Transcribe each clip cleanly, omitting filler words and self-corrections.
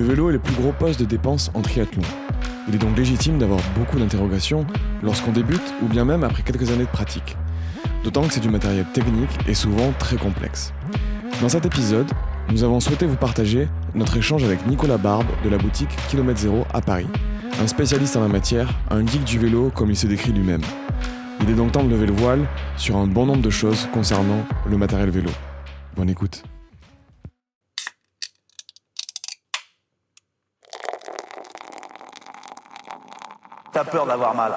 Le vélo est le plus gros poste de dépense en triathlon. Il est donc légitime d'avoir beaucoup d'interrogations lorsqu'on débute ou bien même après quelques années de pratique. D'autant que c'est du matériel technique et souvent très complexe. Dans cet épisode, nous avons souhaité vous partager notre échange avec Nicolas Barbe de la boutique Kilomètre Zéro à Paris, un spécialiste en la matière, un geek du vélo comme il se décrit lui-même. Il est donc temps de lever le voile sur un bon nombre de choses concernant le matériel vélo. Bonne écoute. T'as peur d'avoir mal.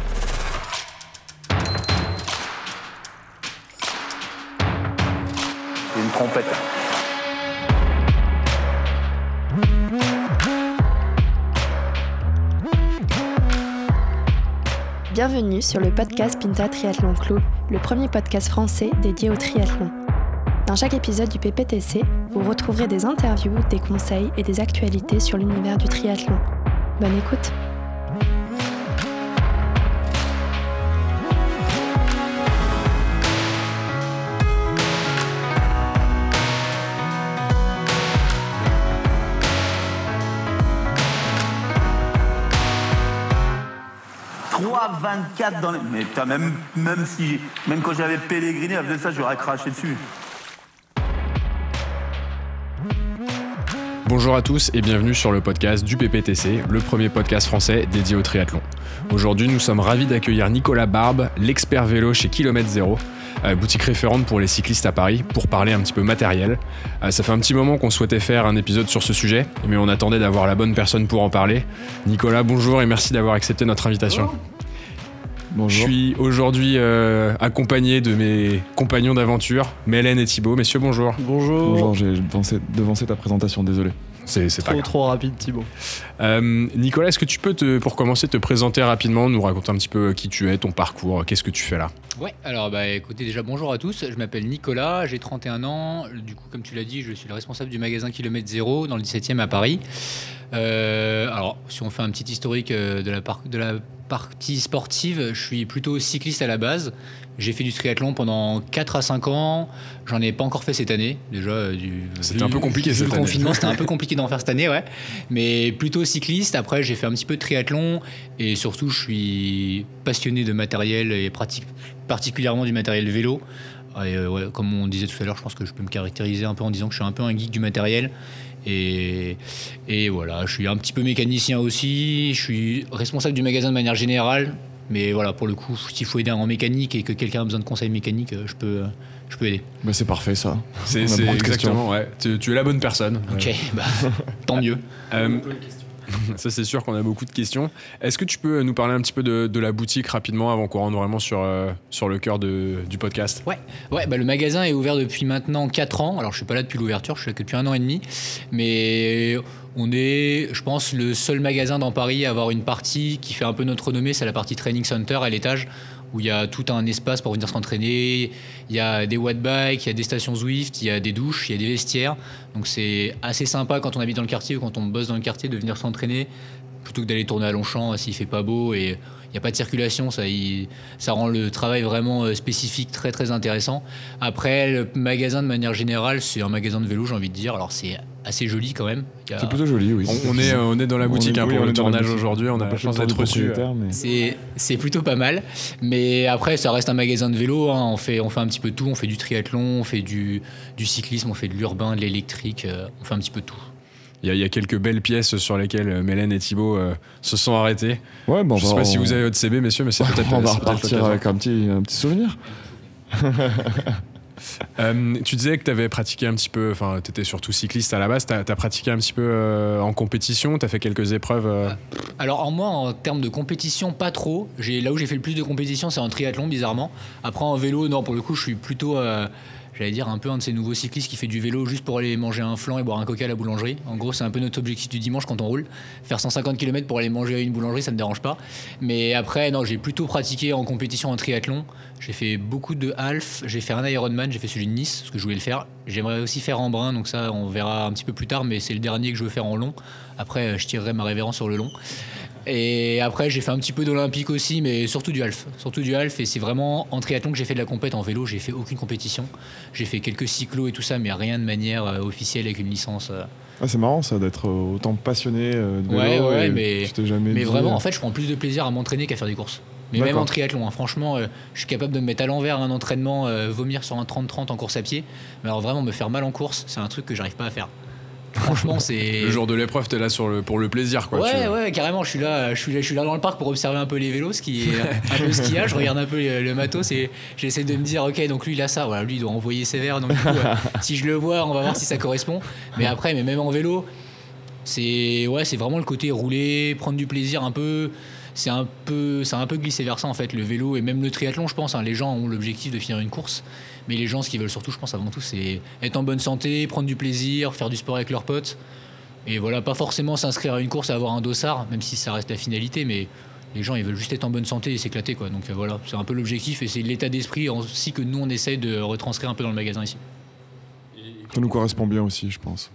C'est une trompette. Bienvenue sur le podcast Pinta Triathlon Club, le premier podcast français dédié au triathlon. Dans chaque épisode du PPTC, vous retrouverez des interviews, des conseils et des actualités sur l'univers du triathlon. Bonne écoute! Trois 24 dans les... Mais putain, même quand j'avais pèleriné, avec ça, j'aurais craché dessus. Bonjour à tous et bienvenue sur le podcast du PPTC, le premier podcast français dédié au triathlon. Aujourd'hui, nous sommes ravis d'accueillir Nicolas Barbe, l'expert vélo chez Kilomètre Zéro, boutique référente pour les cyclistes à Paris, pour parler un petit peu matériel. Ça fait un petit moment qu'on souhaitait faire un épisode sur ce sujet, mais on attendait d'avoir la bonne personne pour en parler. Nicolas, bonjour et merci d'avoir accepté notre invitation. Bonjour. Je suis aujourd'hui accompagné de mes compagnons d'aventure, Mélène et Thibaut. Messieurs, bonjour. Bonjour, j'ai devancé ta présentation, désolé. C'est pas grave. Trop rapide, Thibaut. Nicolas, est-ce que tu peux, pour commencer, te présenter rapidement, nous raconter un petit peu qui tu es, ton parcours, qu'est-ce que tu fais là ? Ouais, alors écoutez, déjà bonjour à tous, je m'appelle Nicolas, j'ai 31 ans, du coup comme tu l'as dit, je suis le responsable du magasin Kilomètre Zéro dans le 17e à Paris. Alors si on fait un petit historique de la partie sportive, je suis plutôt cycliste à la base. J'ai fait du triathlon pendant 4 à 5 ans. J'en ai pas encore fait cette année. Déjà, c'était un peu compliqué cette année. Le confinement, c'était un peu compliqué d'en faire cette année, ouais. Mais plutôt cycliste. Après, j'ai fait un petit peu de triathlon. Et surtout, je suis passionné de matériel et particulièrement du matériel vélo. Et, ouais, comme on disait tout à l'heure, je pense que je peux me caractériser un peu en disant que je suis un peu un geek du matériel. Et voilà, je suis un petit peu mécanicien aussi. Je suis responsable du magasin de manière générale. Mais voilà, pour le coup, s'il faut aider en mécanique et que quelqu'un a besoin de conseils mécaniques, je peux aider. Bah c'est parfait ça. C'est exactement, ouais. Tu es la bonne personne. Ok, tant mieux. Ça c'est sûr qu'on a beaucoup de questions. Est-ce que tu peux nous parler un petit peu de la boutique rapidement avant qu'on rentre vraiment sur le cœur du podcast ? Ouais, le magasin est ouvert depuis maintenant 4 ans. Alors je suis pas là depuis l'ouverture, je suis là que depuis 1 an et demi. Mais on est, je pense, le seul magasin dans Paris à avoir une partie qui fait un peu notre renommée, c'est la partie Training Center à l'étage, où il y a tout un espace pour venir s'entraîner. Il y a des watt-bikes, il y a des stations Zwift, il y a des douches, il y a des vestiaires. Donc c'est assez sympa quand on habite dans le quartier ou quand on bosse dans le quartier de venir s'entraîner plutôt que d'aller tourner à Longchamp s'il fait pas beau et il n'y a pas de circulation. Ça rend le travail vraiment spécifique, très très intéressant. Après, le magasin de manière générale, c'est un magasin de vélo, j'ai envie de dire. Alors c'est assez joli quand même. C'est plutôt joli, oui. On est dans la boutique pour le tournage aujourd'hui, on a la chance d'être reçu. C'est plutôt pas mal. Mais après, ça reste un magasin de vélo. Hein. On fait un petit peu de tout. On fait du triathlon, on fait du cyclisme, on fait de l'urbain, de l'électrique. On fait un petit peu de tout. Il y a quelques belles pièces sur lesquelles Mélène et Thibaut se sont arrêtés. Ouais, je sais pas si vous avez votre CB, messieurs, mais c'est peut-être... On va repartir avec un petit souvenir. Tu disais que tu avais pratiqué un petit peu, enfin tu étais surtout cycliste à la base, tu as pratiqué un petit peu en compétition, tu as fait quelques épreuves Alors moi en termes de compétition pas trop, là où j'ai fait le plus de compétition c'est en triathlon bizarrement. Après en vélo non, pour le coup je suis plutôt j'allais dire un peu un de ces nouveaux cyclistes qui fait du vélo juste pour aller manger un flan et boire un coca à la boulangerie. En gros, c'est un peu notre objectif du dimanche quand on roule. Faire 150 km pour aller manger à une boulangerie, ça ne me dérange pas. Mais après, non, j'ai plutôt pratiqué en compétition en triathlon. J'ai fait beaucoup de half, j'ai fait un Ironman, j'ai fait celui de Nice, parce que je voulais le faire. J'aimerais aussi faire en brun, donc ça, on verra un petit peu plus tard, mais c'est le dernier que je veux faire en long. Après, je tirerai ma révérence sur le long. Et après, j'ai fait un petit peu d'olympique aussi, mais surtout du half. Et c'est vraiment en triathlon que j'ai fait de la compète. En vélo, j'ai fait aucune compétition. J'ai fait quelques cyclos et tout ça, mais rien de manière officielle avec une licence. Ah, c'est marrant ça d'être autant passionné de vélo. mais tu t'es jamais dit... vraiment, en fait, je prends plus de plaisir à m'entraîner qu'à faire des courses. Mais D'accord. même en triathlon, hein, franchement, je suis capable de me mettre à l'envers un entraînement, vomir sur un 30-30 en course à pied. Mais alors vraiment, me faire mal en course, c'est un truc que j'arrive pas à faire. Franchement, c'est... Le jour de l'épreuve, t'es là pour le plaisir, quoi. Ouais, carrément, je suis là dans le parc pour observer un peu les vélos, ce qui est un peu skiage, je regarde un peu le matos et j'essaie de me dire, ok, donc lui il a ça, voilà, lui il doit envoyer sévère, donc du coup, si je le vois, on va voir si ça correspond. Mais même en vélo, c'est vraiment le côté rouler, prendre du plaisir un peu. C'est un peu glissé vers ça en fait, le vélo et même le triathlon, je pense. Les gens ont l'objectif de finir une course, mais les gens, ce qu'ils veulent surtout, je pense avant tout, c'est être en bonne santé, prendre du plaisir, faire du sport avec leurs potes. Et voilà, pas forcément s'inscrire à une course et avoir un dossard, même si ça reste la finalité, mais les gens, ils veulent juste être en bonne santé et s'éclater, quoi. Donc voilà, c'est un peu l'objectif et c'est l'état d'esprit aussi que nous, on essaye de retranscrire un peu dans le magasin ici. Ça nous correspond bien aussi, je pense.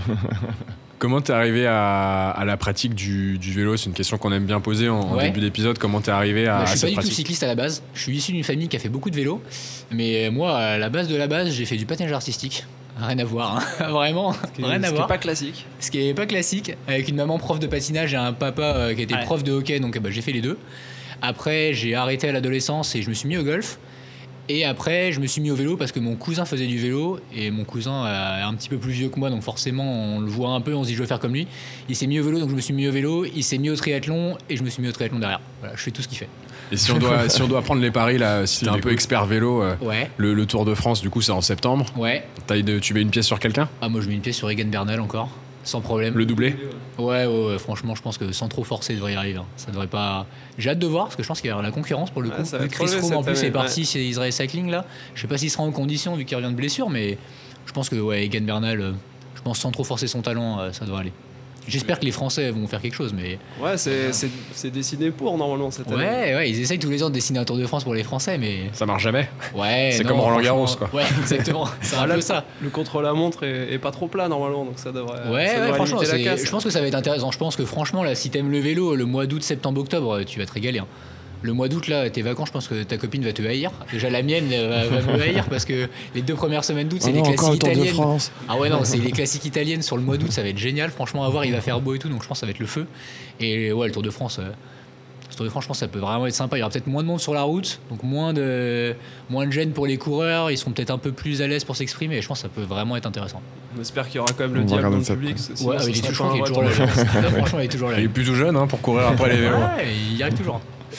Comment t'es arrivé à la pratique du vélo? C'est une question qu'on aime bien poser en début d'épisode. Comment t'es arrivé à cette pratique? Je suis pas du tout cycliste à la base. Je suis issu d'une famille qui a fait beaucoup de vélo. Mais moi, à la base de la base, j'ai fait du patinage artistique. Rien à voir, hein. Vraiment, rien à voir. Ce qui est pas classique. Ce qui est pas classique. Avec une maman prof de patinage et un papa qui était prof de hockey, donc j'ai fait les deux. Après, j'ai arrêté à l'adolescence et je me suis mis au golf. Et après, je me suis mis au vélo parce que mon cousin faisait du vélo et mon cousin est un petit peu plus vieux que moi, donc forcément on le voit un peu, on se dit je veux faire comme lui. Il s'est mis au vélo, donc je me suis mis au vélo, il s'est mis au triathlon et je me suis mis au triathlon derrière. Voilà, je fais tout ce qu'il fait. Et si on doit prendre les paris là, si t'es un peu expert vélo, le Tour de France du coup c'est en septembre. Ouais. Tu mets une pièce sur quelqu'un? Ah, moi je mets une pièce sur Egan Bernal encore. Sans problème. Le doublé? Ouais, franchement, je pense que sans trop forcer, il devrait y arriver. Hein. Ça devrait pas. J'ai hâte de voir, parce que je pense qu'il va y avoir la concurrence pour le coup. Chris Froome en plus est parti chez Israel Cycling là. Je sais pas s'il sera en condition vu qu'il revient de blessure, mais je pense que Egan Bernal, je pense sans trop forcer son talent, ça devrait aller. J'espère que les Français vont faire quelque chose, mais... Ouais, c'est dessiné pour, normalement, cette année. Ouais, ils essayent tous les ans de dessiner un Tour de France pour les Français, mais... Ça marche jamais. Ouais, c'est comme Roland Garros, quoi. Ouais, exactement. C'est un peu ça. Le contre-la-montre est pas trop plat, normalement, donc ça devrait... Ouais, franchement, je pense que ça va être intéressant. Je pense que, franchement, là, si t'aimes le vélo, le mois d'août, septembre, octobre, tu vas te régaler. Hein. Le mois d'août, là, tes vacances, je pense que ta copine va te haïr. Déjà, la mienne va me haïr parce que les 2 premières semaines d'août, c'est les classiques italiennes. Ah ouais, non, c'est les classiques italiennes sur le mois d'août, ça va être génial. Franchement, à voir, il va faire beau et tout, donc je pense que ça va être le feu. Et ouais, le Tour de France, je pense que ça peut vraiment être sympa. Il y aura peut-être moins de monde sur la route, donc moins de gêne pour les coureurs. Ils seront peut-être un peu plus à l'aise pour s'exprimer. Et je pense que ça peut vraiment être intéressant. On espère qu'il y aura quand même le diable dans le public. Ouais, il est toujours là. Franchement, il est toujours là. Il est plutôt jeune pour courir après les vélos. Ouais, il y arrive toujours.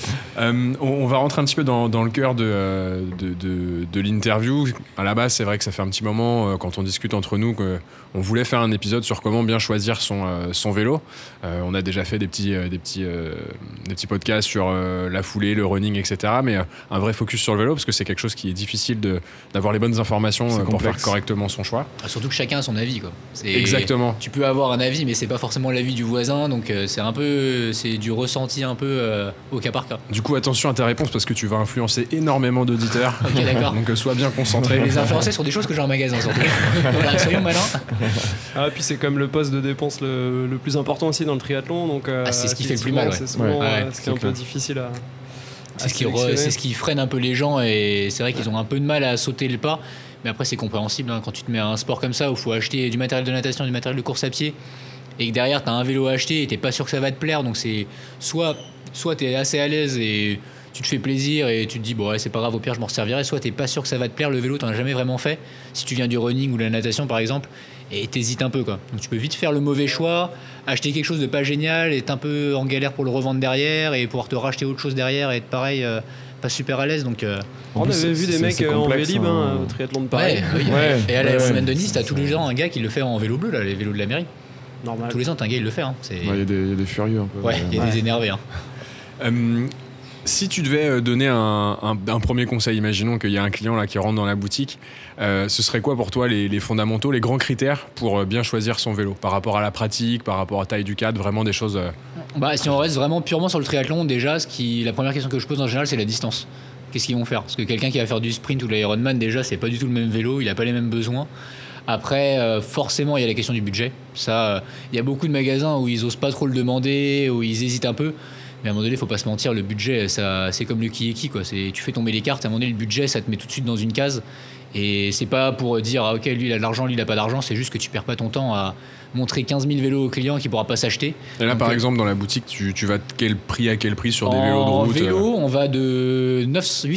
On va rentrer un petit peu dans le cœur de l'interview. À la base, c'est vrai que ça fait un petit moment, quand on discute entre nous, qu'on voulait faire un épisode sur comment bien choisir son vélo. On a déjà fait des petits podcasts sur la foulée, le running, etc. Mais un vrai focus sur le vélo, parce que c'est quelque chose qui est difficile d'avoir les bonnes informations pour faire correctement son choix. Surtout que chacun a son avis, quoi. Exactement. Tu peux avoir un avis, mais c'est pas forcément l'avis du voisin, donc c'est du ressenti un peu au cas par cas. Du coup, attention à ta réponse parce que tu vas influencer énormément d'auditeurs. Ok, d'accord. Donc sois bien concentré. Les influencer sur des choses que j'ai en magasin, surtout. Voilà, soyons malins. Ah, puis c'est comme le poste de dépense le plus important aussi dans le triathlon. Donc, c'est ce qui fait le plus mal. C'est souvent ce qui est un peu difficile à. C'est ce qui freine un peu les gens et c'est vrai qu'ils ont un peu de mal à sauter le pas. Mais après, c'est compréhensible quand tu te mets à un sport comme ça où il faut acheter du matériel de natation, du matériel de course à pied et que derrière, tu as un vélo à acheter et tu n'es pas sûr que ça va te plaire. Donc, c'est soit tu es assez à l'aise et tu te fais plaisir et tu te dis, bon, ouais, c'est pas grave, au pire, je m'en servirai. Soit tu n'es pas sûr que ça va te plaire. Le vélo, tu n'en as jamais vraiment fait. Si tu viens du running ou de la natation, par exemple, et tu hésites un peu, quoi. Donc, tu peux vite faire le mauvais choix, acheter quelque chose de pas génial, être un peu en galère pour le revendre derrière et pouvoir te racheter autre chose derrière et être pareil. Pas super à l'aise, donc on avait vu des mecs en Vélib au triathlon de Paris. Et à la semaine de Nice, t'as tous les ans un gars qui le fait en vélo bleu, là, les vélos de la mairie. Normal. Tous les ans, t'as un gars qui le fait. Hein. Il y a des furieux un peu. Ouais, il y a des énervés. Hein. Si tu devais donner un premier conseil, imaginons qu'il y a un client là qui rentre dans la boutique, ce serait quoi pour toi les fondamentaux, les grands critères pour bien choisir son vélo par rapport à la pratique, par rapport à la taille du cadre, vraiment des choses... Si on reste vraiment purement sur le triathlon, déjà, la première question que je pose en général, c'est la distance. Qu'est-ce qu'ils vont faire ? Parce que quelqu'un qui va faire du sprint ou de l'Ironman, déjà, c'est pas du tout le même vélo, il a pas les mêmes besoins. Après, forcément, il y a la question du budget. Ça, il y a beaucoup de magasins où ils osent pas trop le demander, où ils hésitent un peu. Mais à un moment donné, il faut pas se mentir, le budget, ça, c'est comme le qui est qui, quoi. Tu fais tomber les cartes, à un moment donné, le budget, ça te met tout de suite dans une case. Et c'est pas pour dire, ah, ok, lui il a de l'argent, lui il a pas d'argent, c'est juste que tu perds pas ton temps à montrer 15 000 vélos au client qui pourra pas s'acheter. Et là, Donc, par exemple, dans la boutique, tu vas à quel prix sur des vélos de en route vélo, on va de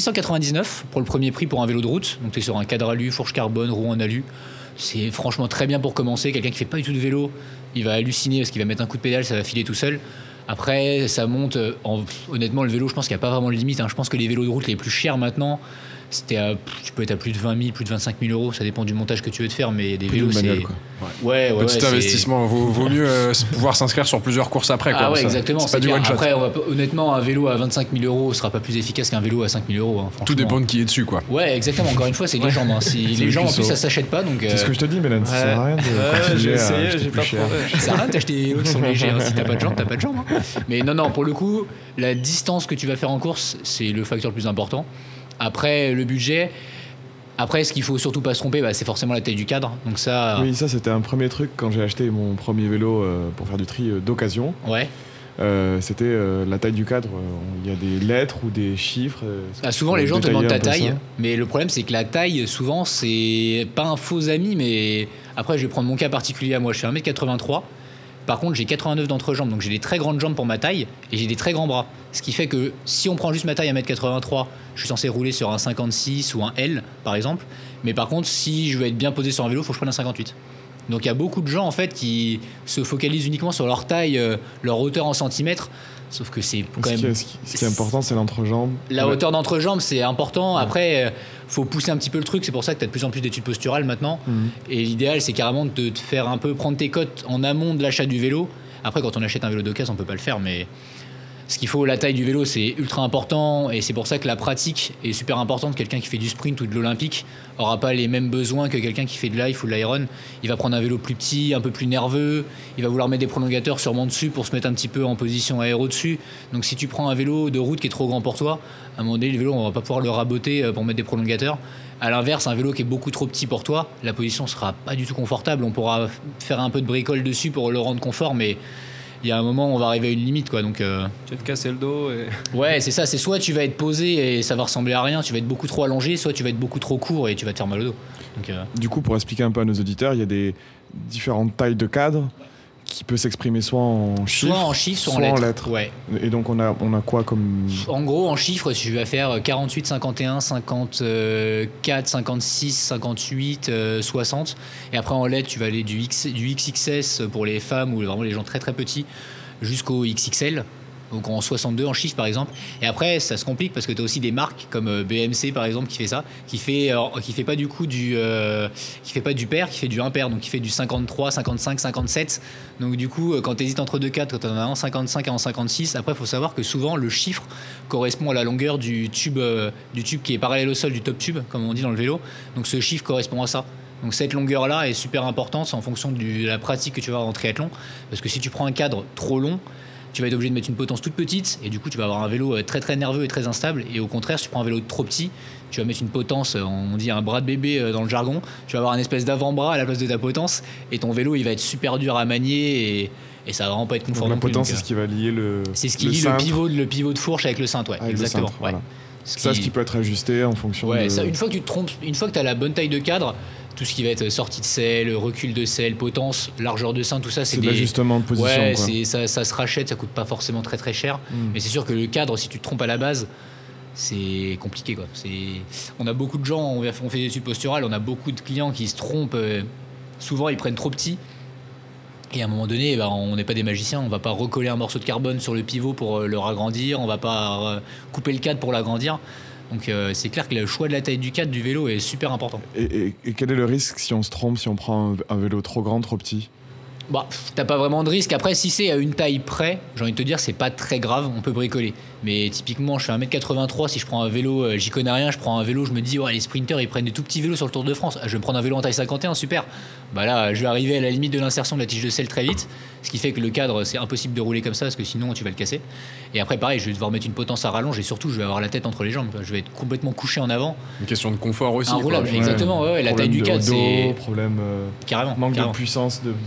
899 pour le premier prix pour un vélo de route. Donc tu es sur un cadre alu, fourche carbone, roue en alu. C'est franchement très bien pour commencer. Quelqu'un qui fait pas du tout de vélo, il va halluciner parce qu'il va mettre un coup de pédale, ça va filer tout seul. Après, ça monte. Honnêtement, le vélo, je pense qu'il n'y a pas vraiment de limite. Je pense que les vélos de route les plus chers maintenant, tu peux être à plus de 20 000, plus de 25 000 euros. Ça dépend du montage que tu veux te faire, mais des vélos, manuel, c'est. quoi. Ouais, Petit investissement. Vaut mieux pouvoir s'inscrire sur plusieurs courses après. Quoi, Ah ouais, ça, exactement. C'est pas du one shot. Après, honnêtement, un vélo à 25 000 euros sera pas plus efficace qu'un vélo à 5 000 euros. Tout dépend de qui est dessus, quoi. Ouais, exactement. Encore une fois, c'est les jambes. Si les gens, en plus, ça s'achète pas. Donc, C'est ce que je te dis, Mélène. Ça sert à rien de continuer j'ai à essayé, acheter j'ai plus pas cher. trouvé. ça sert à rien de t'acheter des vélos qui sont légers. Si t'as pas de jambes, t'as pas de jambes. Mais non, pour le coup, la distance que tu vas faire en course, c'est le facteur le plus important. Après, le budget. Après, ce qu'il faut surtout pas se tromper, c'est forcément la taille du cadre. Donc ça. Oui, ça c'était un premier truc quand j'ai acheté mon premier vélo pour faire du tri d'occasion. Ouais. C'était la taille du cadre. Il y a des lettres ou des chiffres. Souvent, les gens te demandent ta taille, ça. mais le problème, c'est que la taille, souvent, c'est pas un faux ami, mais après, je vais prendre mon cas particulier à moi. Je fais 1m83. Par contre, j'ai 89 d'entrejambes, donc j'ai des très grandes jambes pour ma taille et j'ai des très grands bras. Ce qui fait que si on prend juste ma taille à 1m83, je suis censé rouler sur un 56 ou un L, par exemple. Mais par contre, si je veux être bien posé sur un vélo, il faut que je prenne un 58. Donc il y a beaucoup de gens en fait qui se focalisent uniquement sur leur taille, leur hauteur en centimètres. Sauf que c'est quand même. Ce qui est important, c'est l'entrejambe. La hauteur d'entrejambe, c'est important. Après, faut pousser un petit peu le truc. C'est pour ça que tu as de plus en plus d'études posturales maintenant. Et l'idéal, c'est carrément de te faire un peu prendre tes cotes en amont de l'achat du vélo. Après, quand on achète un vélo d'occasion, on peut pas le faire, mais ce qu'il faut, la taille du vélo, c'est ultra important. Et c'est pour ça que la pratique est super importante. Quelqu'un qui fait du sprint ou de l'olympique aura pas les mêmes besoins que quelqu'un qui fait de l'ife ou de l'iron. Il va prendre un vélo plus petit, un peu plus nerveux. Il va vouloir mettre des prolongateurs sûrement dessus pour se mettre un petit peu en position aéro dessus. Donc si tu prends un vélo de route qui est trop grand pour toi, à un moment donné, le vélo, on va pas pouvoir le raboter pour mettre des prolongateurs. À l'inverse, un vélo qui est beaucoup trop petit pour toi, la position sera pas du tout confortable. On pourra faire un peu de bricole dessus pour le rendre confort, mais il y a un moment où on va arriver à une limite, quoi. Donc Tu vas te casser le dos. ouais, c'est ça. C'est soit tu vas être posé et ça va ressembler à rien, tu vas être beaucoup trop allongé, soit tu vas être beaucoup trop court et tu vas te faire mal au dos. Donc, Du coup, pour expliquer un peu à nos auditeurs, il y a des différentes tailles de cadres qui peut s'exprimer soit en chiffres, soit en lettres. Ouais. Et donc on a quoi comme... En gros, en chiffres, tu vas faire 48, 51, 54, 56, 58, 60. Et après, en lettres, tu vas aller du XXS pour les femmes ou vraiment les gens très très petits jusqu'au XXL. Donc en 62 en chiffres par exemple. Et après ça se complique parce que tu as aussi des marques comme BMC par exemple qui fait ça, qui fait pas du coup qui fait pas du pair, qui fait du impair, donc qui fait du 53, 55, 57. Donc du coup quand tu hésites entre deux cadres, quand tu en as un en 55 et en 56, après il faut savoir que souvent le chiffre correspond à la longueur du tube qui est parallèle au sol, du top tube comme on dit dans le vélo. Donc ce chiffre correspond à ça. Donc cette longueur-là est super importante, c'est en fonction de la pratique que tu vas avoir en triathlon. Parce que si tu prends un cadre trop long, tu vas être obligé de mettre une potence toute petite et du coup tu vas avoir un vélo très très nerveux et très instable. Et au contraire, si tu prends un vélo trop petit, tu vas mettre une potence, on dit un bras de bébé dans le jargon, tu vas avoir un espèce d'avant-bras à la place de ta potence et ton vélo il va être super dur à manier et ça va vraiment pas être confortable. Donc la potence, c'est ce qui va lier le c'est ce qui lie le pivot de fourche avec le cintre, ouais, exactement. Cintre, voilà. Ce qui peut être ajusté en fonction de... Ça, une fois que tu te trompes, une fois que tu as la bonne taille de cadre, tout ce qui va être sortie de selle, recul de selle, potence, largeur de sein, tout ça, c'est de l'ajustement de position. Ouais, quoi. ça se rachète, ça coûte pas forcément très très cher. Mais c'est sûr que le cadre, si tu te trompes à la base, c'est compliqué, quoi. On a beaucoup de gens, on fait des études posturales, on a beaucoup de clients qui se trompent. Souvent, ils prennent trop petit. Et à un moment donné, on n'est pas des magiciens, on va pas recoller un morceau de carbone sur le pivot pour le ragrandir, on va pas couper le cadre pour l'agrandir. Donc c'est clair que le choix de la taille du cadre du vélo est super important. Et quel est le risque si on se trompe, si on prend un vélo trop grand, trop petit ? T'as pas vraiment de risque. Après, si c'est à une taille près, j'ai envie de te dire, c'est pas très grave, on peut bricoler. Mais typiquement, je fais 1m83, si je prends un vélo, j'y connais rien, je prends un vélo, je me dis, les sprinters, ils prennent des tout petits vélos sur le Tour de France. Je vais me prendre un vélo en taille 51, super. Là, je vais arriver à la limite de l'insertion de la tige de selle très vite, ce qui fait que le cadre, c'est impossible de rouler comme ça, parce que sinon, tu vas le casser. Et après, pareil, je vais devoir mettre une potence à rallonge, et surtout, je vais avoir la tête entre les jambes. Je vais être complètement couché en avant. Une question de confort aussi. Roulable, exactement, ouais, la taille du cadre, c'est... Problème carrément, manque de puissance de développer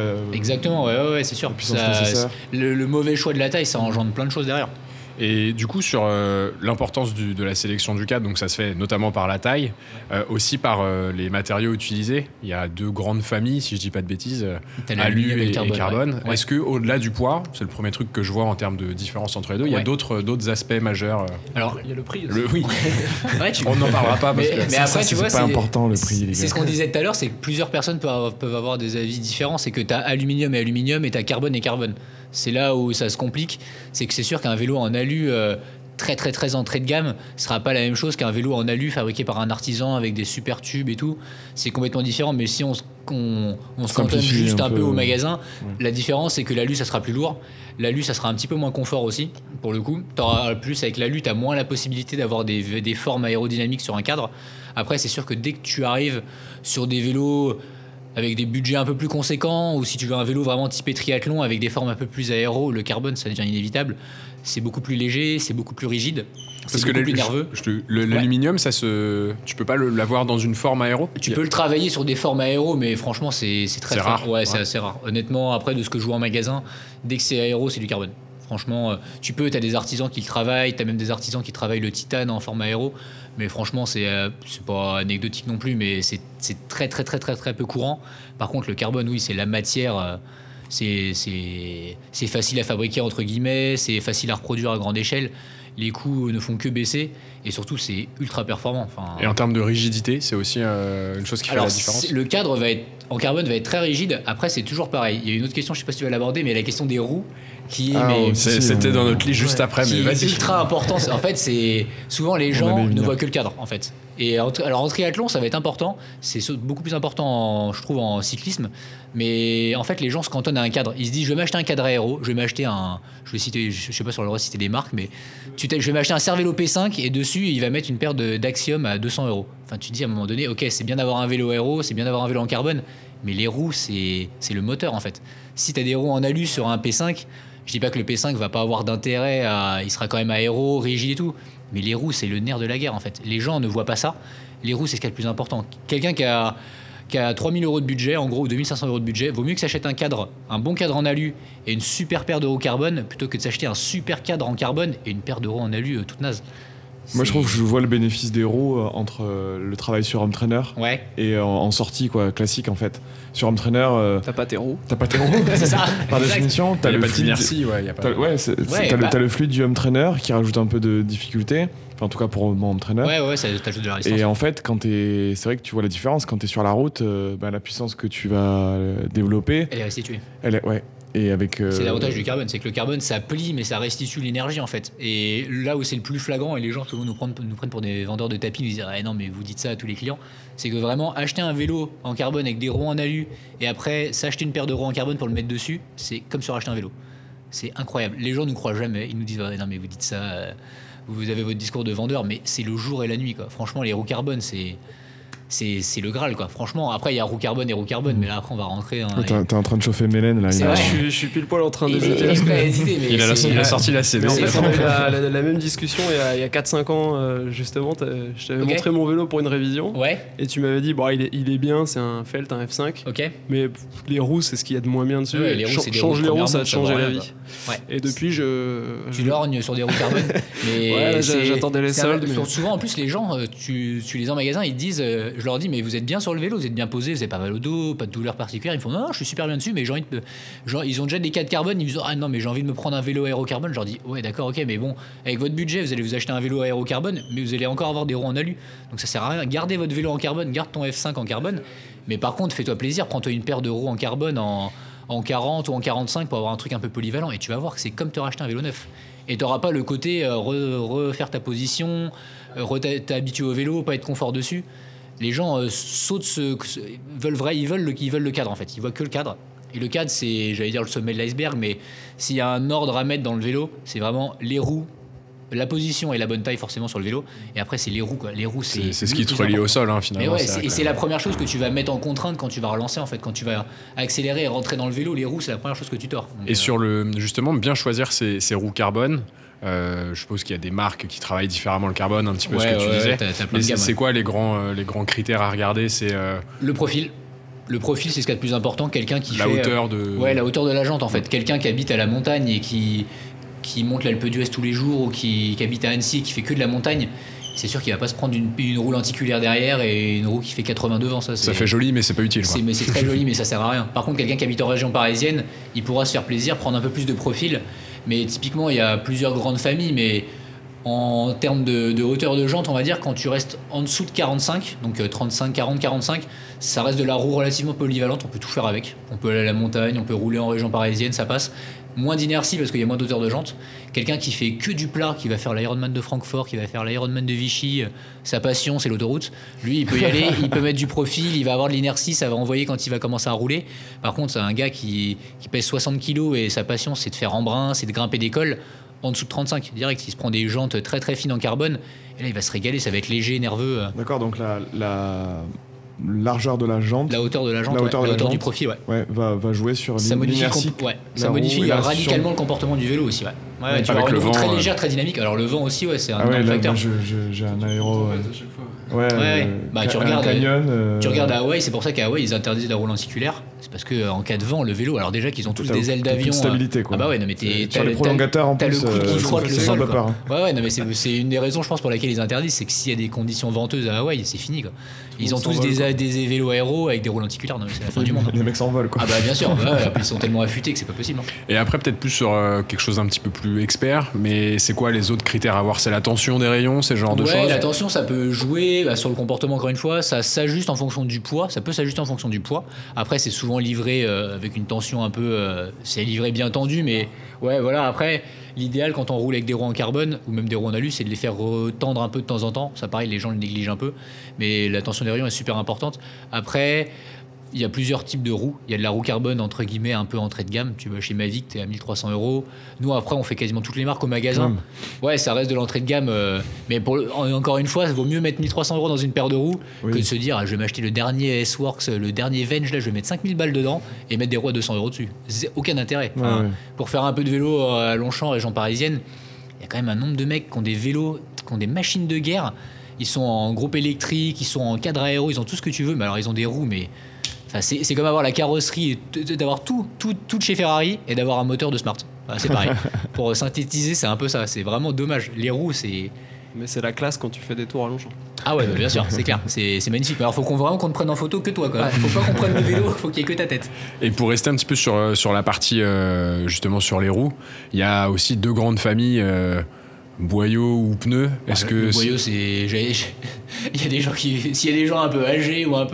Exactement, ouais, c'est sûr. puissance nécessaire. Le mauvais choix de la taille, ça engendre plein de choses derrière. Et du coup, sur l'importance de la sélection du cadre, donc ça se fait notamment par la taille, aussi par les matériaux utilisés. Il y a 2 grandes familles, si je dis pas de bêtises, alu et carbone. Ouais. Est-ce que au-delà du poids, c'est le premier truc que je vois en termes de différence entre les deux, il y a d'autres aspects majeurs. Alors, Il y a le prix aussi. Oui, ouais, on n'en parlera pas parce que mais après, tu vois, c'est pas important le prix. les gars. C'est ce qu'on disait tout à l'heure, c'est que plusieurs personnes peuvent avoir des avis différents. C'est que tu as aluminium et aluminium et tu as carbone et carbone. C'est là où ça se complique. C'est que c'est sûr qu'un vélo en alu très très très entrée de gamme sera pas la même chose qu'un vélo en alu fabriqué par un artisan avec des super tubes et tout. C'est complètement différent. Mais si on se cantonne juste un peu au magasin, la différence c'est que l'alu ça sera plus lourd. L'alu ça sera un petit peu moins confort aussi. Pour le coup, t'auras plus avec l'alu, t'as moins la possibilité d'avoir des formes aérodynamiques sur un cadre. Après, c'est sûr que dès que tu arrives sur des vélos avec des budgets un peu plus conséquents, ou si tu veux un vélo vraiment typé triathlon avec des formes un peu plus aéro, le carbone ça devient inévitable. C'est beaucoup plus léger, c'est beaucoup plus rigide, c'est beaucoup plus nerveux. L'aluminium, tu peux pas l'avoir dans une forme aéro. Tu peux le travailler sur des formes aéro, mais franchement c'est très rare. Ouais, c'est assez rare. Honnêtement, après de ce que je vois en magasin, dès que c'est aéro, c'est du carbone. Franchement, t'as des artisans qui le travaillent, t'as même des artisans qui travaillent le titane en forme aéro. Mais franchement, c'est pas anecdotique non plus, mais c'est très très très très très peu courant. Par contre, le carbone, oui, c'est la matière. C'est facile à fabriquer entre guillemets, c'est facile à reproduire à grande échelle. Les coûts ne font que baisser et surtout c'est ultra performant. Et en termes de rigidité, c'est aussi une chose qui fait la différence. Le cadre en carbone va être très rigide. Après, c'est toujours pareil. Il y a une autre question, je sais pas si tu vas l'aborder, mais la question des roues qui est c'était dans notre liste juste après, mais vas-y. C'est ultra important. En fait, c'est souvent les gens ne voient que le cadre en fait. Et alors en triathlon, ça va être important. C'est beaucoup plus important, je trouve, en cyclisme. Mais en fait, les gens se cantonnent à un cadre. Ils se disent, je vais m'acheter un cadre aéro, je vais m'acheter je vais citer, je sais pas sur le droit de citer des marques, mais je vais m'acheter un Cervélo P5 et dessus, il va mettre une paire d'Axiom à 200 €. Enfin, tu te dis à un moment donné, ok, c'est bien d'avoir un vélo aéro, c'est bien d'avoir un vélo en carbone, mais les roues, c'est le moteur en fait. Si tu as des roues en alu sur un P5, je dis pas que le P5 va pas avoir d'intérêt, il sera quand même aéro, rigide et tout, mais les roues, c'est le nerf de la guerre en fait. Les gens ne voient pas ça. Les roues, c'est ce qu'il y a de plus important. Quelqu'un qui a 3 000 € de budget, en gros, ou 2 500 € de budget, vaut mieux que s'achète un bon cadre en alu et une super paire de roues carbone plutôt que de s'acheter un super cadre en carbone et une paire de roues en alu toute naze. Moi, je trouve que je vois le bénéfice des roues entre le travail sur home trainer et en sortie classique en fait. Sur home trainer, t'as pas tes roues. C'est ça. Par définition, t'as le fluide. Merci, T'as le fluide du home trainer qui rajoute un peu de difficulté. Enfin, en tout cas pour mon home trainer. Ouais, ça t'ajoute de la résistance. Et en fait, c'est vrai que tu vois la différence quand t'es sur la route, la puissance que tu vas développer, elle est restituée. Et avec, c'est l'avantage du carbone, c'est que le carbone ça plie mais ça restitue l'énergie en fait. Et là où c'est le plus flagrant, et les gens souvent nous prennent pour des vendeurs de tapis, nous disent non mais vous dites ça à tous les clients, c'est que vraiment acheter un vélo en carbone avec des roues en alu et après s'acheter une paire de roues en carbone pour le mettre dessus, c'est comme sur acheter un vélo. C'est incroyable. Les gens nous croient jamais, ils nous disent non mais vous dites ça, vous avez votre discours de vendeur, mais c'est le jour et la nuit quoi. Franchement les roues carbone c'est le Graal quoi. Franchement, après il y a roue carbone et roue carbone, mais là après on va rentrer. T'es en train de chauffer Mélène là. Je suis pile poil en train d'hésiter. Il a sorti la CV. En fait, on a eu la même discussion il y a 4-5 ans justement. Je t'avais montré mon vélo pour une révision. Ouais. Et tu m'avais dit il est bien, c'est un Felt, un F5. Ok. Mais les roues c'est ce qu'il y a de moins bien dessus. Ouais, les roues, change les roues, ça va te changer la vie. Ouais. Et depuis tu lorgnes sur des roues carbone. Mais ouais, j'attendais les soldes. Souvent en plus les gens, tu les as en magasin, ils te disent, je leur dis mais vous êtes bien sur le vélo, vous êtes bien posé, vous n'avez pas mal au dos, pas de douleur particulière. Ils me font non, je suis super bien dessus, mais ils ont déjà des cadres carbone. Ils me disent non, mais j'ai envie de me prendre un vélo aérocarbone. Je leur dis ouais, d'accord, ok, mais bon, avec votre budget, vous allez vous acheter un vélo aérocarbone, mais vous allez encore avoir des roues en alu. Donc ça sert à rien. Gardez votre vélo en carbone, garde ton F5 en carbone, mais par contre, fais-toi plaisir, prends-toi une paire de roues en carbone en 40 ou en 45 pour avoir un truc un peu polyvalent, et tu vas voir que c'est comme te racheter un vélo neuf. Et t'auras pas le côté refaire ta position, t'habituer au vélo, pas être confort dessus. Les gens ils veulent le cadre en fait, ils voient que le cadre. Et le cadre, c'est, j'allais dire le sommet de l'iceberg, mais s'il y a un ordre à mettre dans le vélo, c'est vraiment les roues, la position et la bonne taille forcément sur le vélo. Et après, c'est les roues quoi. Les roues, c'est ce qui te relie au sol finalement. Mais ouais, c'est la première chose que tu vas mettre en contrainte quand tu vas relancer en fait, quand tu vas accélérer et rentrer dans le vélo. Les roues, c'est la première chose que tu tords. Et sur justement bien choisir ces roues carbone. Je suppose qu'il y a des marques qui travaillent différemment le carbone, un petit peu ce que tu disais. T'as plein de gammes, c'est quoi les grands critères à regarder? C'est le profil. Le profil, c'est ce qu'il y a de plus important. Quelqu'un qui la fait hauteur de. Ouais, la hauteur de la jante en fait. Quelqu'un qui habite à la montagne et qui monte l'Alpe d'Huez tous les jours ou qui habite à Annecy et qui fait que de la montagne. C'est sûr qu'il va pas se prendre une roue lenticulaire derrière et une roue qui fait 80 devant. Ça fait joli, mais c'est pas utile. Mais c'est très joli, mais ça sert à rien. Par contre, quelqu'un qui habite en région parisienne, il pourra se faire plaisir, prendre un peu plus de profil. Mais typiquement, il y a plusieurs grandes familles, mais en termes de hauteur de jante, on va dire, quand tu restes en dessous de 45, donc 35, 40, 45, ça reste de la roue relativement polyvalente. On peut tout faire avec. On peut aller à la montagne, on peut rouler en région parisienne, ça passe. Moins d'inertie parce qu'il y a moins d'hauteur de jante. Quelqu'un qui fait que du plat, qui va faire l'Ironman de Francfort, qui va faire l'Ironman de Vichy, sa passion c'est l'autoroute. Lui il peut y aller, il peut mettre du profil, il va avoir de l'inertie, ça va envoyer quand il va commencer à rouler. Par contre c'est un gars qui pèse 60 kg et sa passion c'est de faire embrun, c'est de grimper des cols en dessous de 35 direct. Il se prend des jantes très très fines en carbone et là il va se régaler, ça va être léger, nerveux. D'accord, donc la largeur de la jante, la hauteur de la jante, la hauteur du profil, va jouer sur l'inertie. Ça modifie radicalement le comportement du vélo aussi. Tu vas avoir une roue très légère, très dynamique. Alors le vent aussi, c'est un énorme facteur. J'ai un aéro. Tu regardes à Hawaï, c'est pour ça qu'à Hawaï ils interdisent la roue lenticulaire. C'est parce que en cas de vent, le vélo, alors déjà qu'ils ont tous des ailes d'avion. Stabilité quoi. Ah bah ouais, non mais sur les prolongateurs en plus. T'as le coude qui frotte le sol. Ouais, non mais c'est une des raisons, je pense, pour laquelle ils interdisent, c'est que s'il y a des conditions venteuses à Hawaï, c'est fini quoi. Ils ont tous des vélos aéros avec des roues lenticulaires, non mais c'est la fin du monde. Les mecs s'envolent quoi. Ah bah bien sûr, ils sont tellement affûtés que c'est pas possible. Et après peut-être plus sur quelque chose d'un petit peu plus expert, mais c'est quoi les autres critères à voir? C'est la tension des rayons, ces genres de choses? La tension ça peut jouer sur le comportement encore une fois, ça s'ajuste en fonction du poids, ça peut s'ajuster en fonction du poids. Après c'est souvent livré avec une tension un peu, c'est livré bien tendu, mais voilà. Après l'idéal quand on roule avec des roues en carbone ou même des roues en alu, c'est de les faire retendre un peu de temps en temps. Ça pareil, les gens le négligent un peu, mais la tension des rayons est super importante. Après il y a plusieurs types de roues. Il y a de la roue carbone, entre guillemets, un peu entrée de gamme. Tu vas chez Mavic, t'es à 1 300 €. Nous, après, on fait quasiment toutes les marques au magasin. Ouais, ça reste de l'entrée de gamme. Mais encore une fois, il vaut mieux mettre 1 300 € dans une paire de roues que de se dire, je vais m'acheter le dernier S-Works, le dernier Venge, là, je vais mettre 5000 balles dedans et mettre des roues à 200 € dessus. C'est aucun intérêt. Pour faire un peu de vélo à Longchamp, région parisienne, il y a quand même un nombre de mecs qui ont des vélos, qui ont des machines de guerre. Ils sont en groupe électrique, ils sont en cadre aéro, ils ont tout ce que tu veux. Mais alors, ils ont des roues, mais... Enfin, c'est comme avoir la carrosserie, d'avoir tout de chez Ferrari et d'avoir un moteur de Smart. Enfin, c'est pareil. Pour synthétiser, c'est un peu ça. C'est vraiment dommage. Les roues, c'est... Mais c'est la classe quand tu fais des tours à Longchamp. Ah ouais, bien sûr, c'est clair. C'est magnifique. Mais alors, faut vraiment qu'on te prenne en photo que toi, quoi. Faut pas qu'on prenne le vélo, faut qu'il y ait que ta tête. Et pour rester un petit peu sur la partie, justement, sur les roues, il y a aussi deux grandes familles... boyaux ou pneus. Est-ce que le boyau, c'est... Il y a des gens qui... S'il y a des gens un peu âgés ou un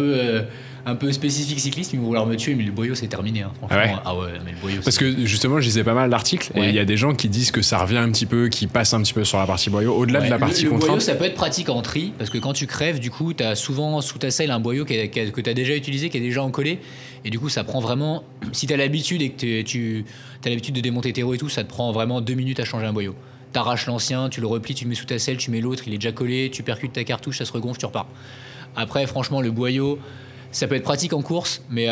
peu spécifiques cyclistes, ils vont vouloir me tuer, mais le boyau c'est terminé. Franchement, mais le boyau. Parce que justement, je lisais pas mal d'articles et il y a des gens qui disent que ça revient un petit peu, qui passent un petit peu sur la partie boyau, au-delà de la partie contrainte. Le boyau, ça peut être pratique en tri, parce que quand tu crèves, du coup, t'as souvent sous ta selle un boyau que t'as déjà utilisé, qui est déjà encollé, et du coup, ça prend vraiment. Si t'as l'habitude et que t'as l'habitude de démonter tes roues et tout, ça te prend vraiment 2 minutes à changer un boyau. T'arraches l'ancien, tu le replies, tu le mets sous ta selle, tu mets l'autre, il est déjà collé, tu percutes ta cartouche, ça se regonfle, tu repars. Après, franchement, le boyau, ça peut être pratique en course, mais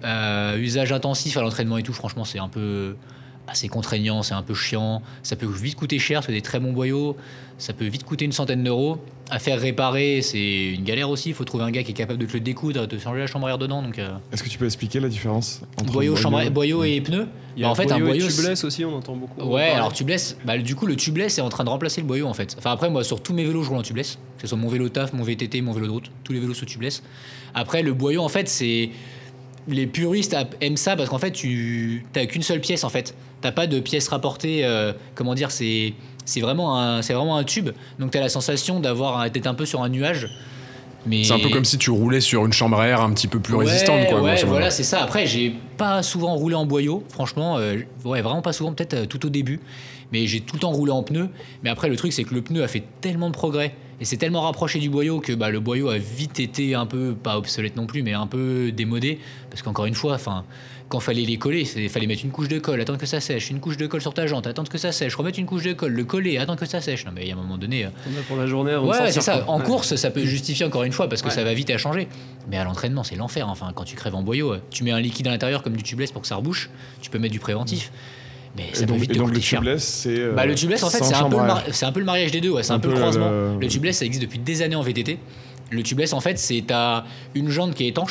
à usage intensif, à l'entraînement et tout, franchement, c'est un peu assez contraignant, c'est un peu chiant. Ça peut vite coûter cher, c'est des très bons boyaux. Ça peut vite coûter une centaine d'euros. À faire réparer, c'est une galère aussi. Il faut trouver un gars qui est capable de te le découdre, de changer la chambre à air dedans. Donc, Est-ce que tu peux expliquer la différence entre boyau et pneus? Il y a un boyau tubeless aussi, on entend beaucoup. Ouais, alors tubeless, du coup, le tubeless est en train de remplacer le boyau en fait. Enfin, après, moi, sur tous mes vélos, je roule en tubeless. Que ce soit mon vélo taf, mon VTT, mon vélo de route, tous les vélos sont tubeless. Après, le boyau, en fait, c'est. Les puristes aiment ça parce qu'en fait, t'as qu'une seule pièce en fait. T'as pas de pièce rapportée. Comment dire, c'est vraiment un tube. Donc t'as la sensation d'être un peu sur un nuage. Mais... C'est un peu comme si tu roulais sur une chambre à air un petit peu plus résistante, quoi. Ouais, voilà, c'est ça. Après, j'ai pas souvent roulé en boyau, franchement. Vraiment pas souvent, peut-être tout au début. Mais j'ai tout le temps roulé en pneu. Mais après, le truc, c'est que le pneu a fait tellement de progrès et c'est tellement rapproché du boyau que le boyau a vite été un peu, pas obsolète non plus, mais un peu démodé. Parce qu'encore une fois, quand fallait les coller, il fallait mettre une couche de colle, attendre que ça sèche, une couche de colle sur ta jante, attendre que ça sèche, remettre une couche de colle, le coller, attendre que ça sèche. Non, mais il y a un moment donné. Pour la journée, ouais, c'est ça. En course, ça peut justifier encore une fois parce que ça va vite à changer. Mais à l'entraînement, c'est l'enfer. Enfin, quand tu crèves en boyau, tu mets un liquide à l'intérieur comme du tubeless pour que ça rebouche. Tu peux mettre du préventif. Mais ça peut vite te coûter cher. Le tubeless, c'est. Le tubeless, en fait, c'est un peu le mariage des deux. Ouais. C'est un peu le croisement. Le tubeless, ça existe depuis des années en VTT. Le tubeless, en fait, t'as une jante qui est étanche.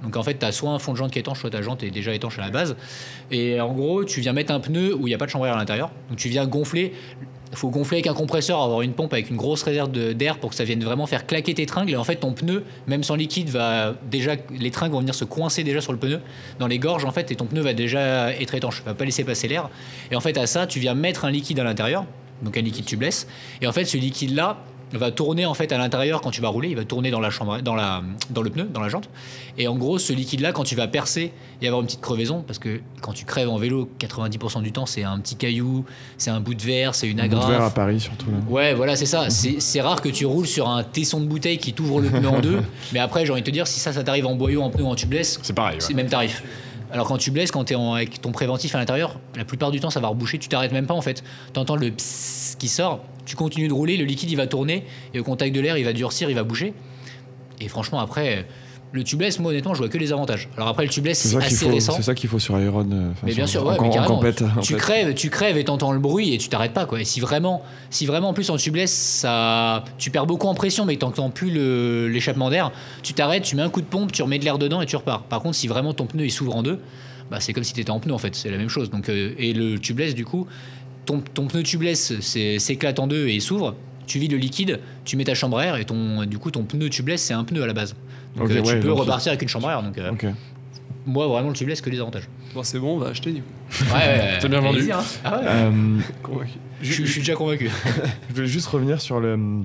Donc en fait, tu as soit un fond de jante qui est étanche, soit ta jante est déjà étanche à la base. Et en gros, tu viens mettre un pneu où il n'y a pas de chambre à air à l'intérieur. Donc tu viens gonfler. Il faut gonfler avec un compresseur, avoir une pompe avec une grosse réserve d'air pour que ça vienne vraiment faire claquer tes tringles. Et en fait, ton pneu, même sans liquide, les tringles vont venir se coincer déjà sur le pneu, dans les gorges en fait, et ton pneu va déjà être étanche, va pas laisser passer l'air. Et en fait, à ça, tu viens mettre un liquide à l'intérieur, donc un liquide tubeless. Et en fait, ce liquide-là va tourner en fait à l'intérieur quand tu vas rouler, il va tourner dans le pneu, dans la jante. Et en gros, ce liquide-là, quand tu vas percer et avoir une petite crevaison, parce que quand tu crèves en vélo, 90% du temps, c'est un petit caillou, c'est un bout de verre, c'est une agrafe. Un bout de verre à Paris surtout. Là. Ouais, voilà, c'est ça. C'est rare que tu roules sur un tesson de bouteille qui t'ouvre le pneu en deux. Mais après, j'ai envie de te dire, si ça t'arrive en boyau, en pneu, en tubeless, c'est pareil. C'est le même tarif. Alors quand tu blesses, quand t'es avec ton préventif à l'intérieur, la plupart du temps ça va reboucher, tu t'arrêtes même pas en fait. T'entends le psss qui sort, tu continues de rouler, le liquide il va tourner et au contact de l'air il va durcir, il va boucher. Et franchement après, le tubeless, moi honnêtement je vois que les avantages. Alors après le tubeless c'est assez récent. C'est ça qu'il faut sur Iron. Mais bien sûr, ouais, mais carrément. Tu crèves et t'entends le bruit et tu t'arrêtes pas quoi. Et si vraiment en plus en tubeless, tu perds beaucoup en pression mais t'entends plus l'échappement d'air, tu t'arrêtes, tu mets un coup de pompe, tu remets de l'air dedans et tu repars. Par contre si vraiment ton pneu il s'ouvre en deux, bah c'est comme si t'étais en pneu en fait, c'est la même chose. Donc et le tubeless du coup, ton pneu tubeless s'éclate en deux et il s'ouvre. Tu vides le liquide, tu mets ta chambre à air et ton pneu tubeless c'est un pneu à la base. Donc tu peux repartir avec une chambre à air. Donc moi vraiment le tubeless que les avantages. Bon c'est bon, on va acheter du coup. Ouais, c'est bien vendu. Hein. Ah ouais. Je suis déjà convaincu. Je voulais juste revenir sur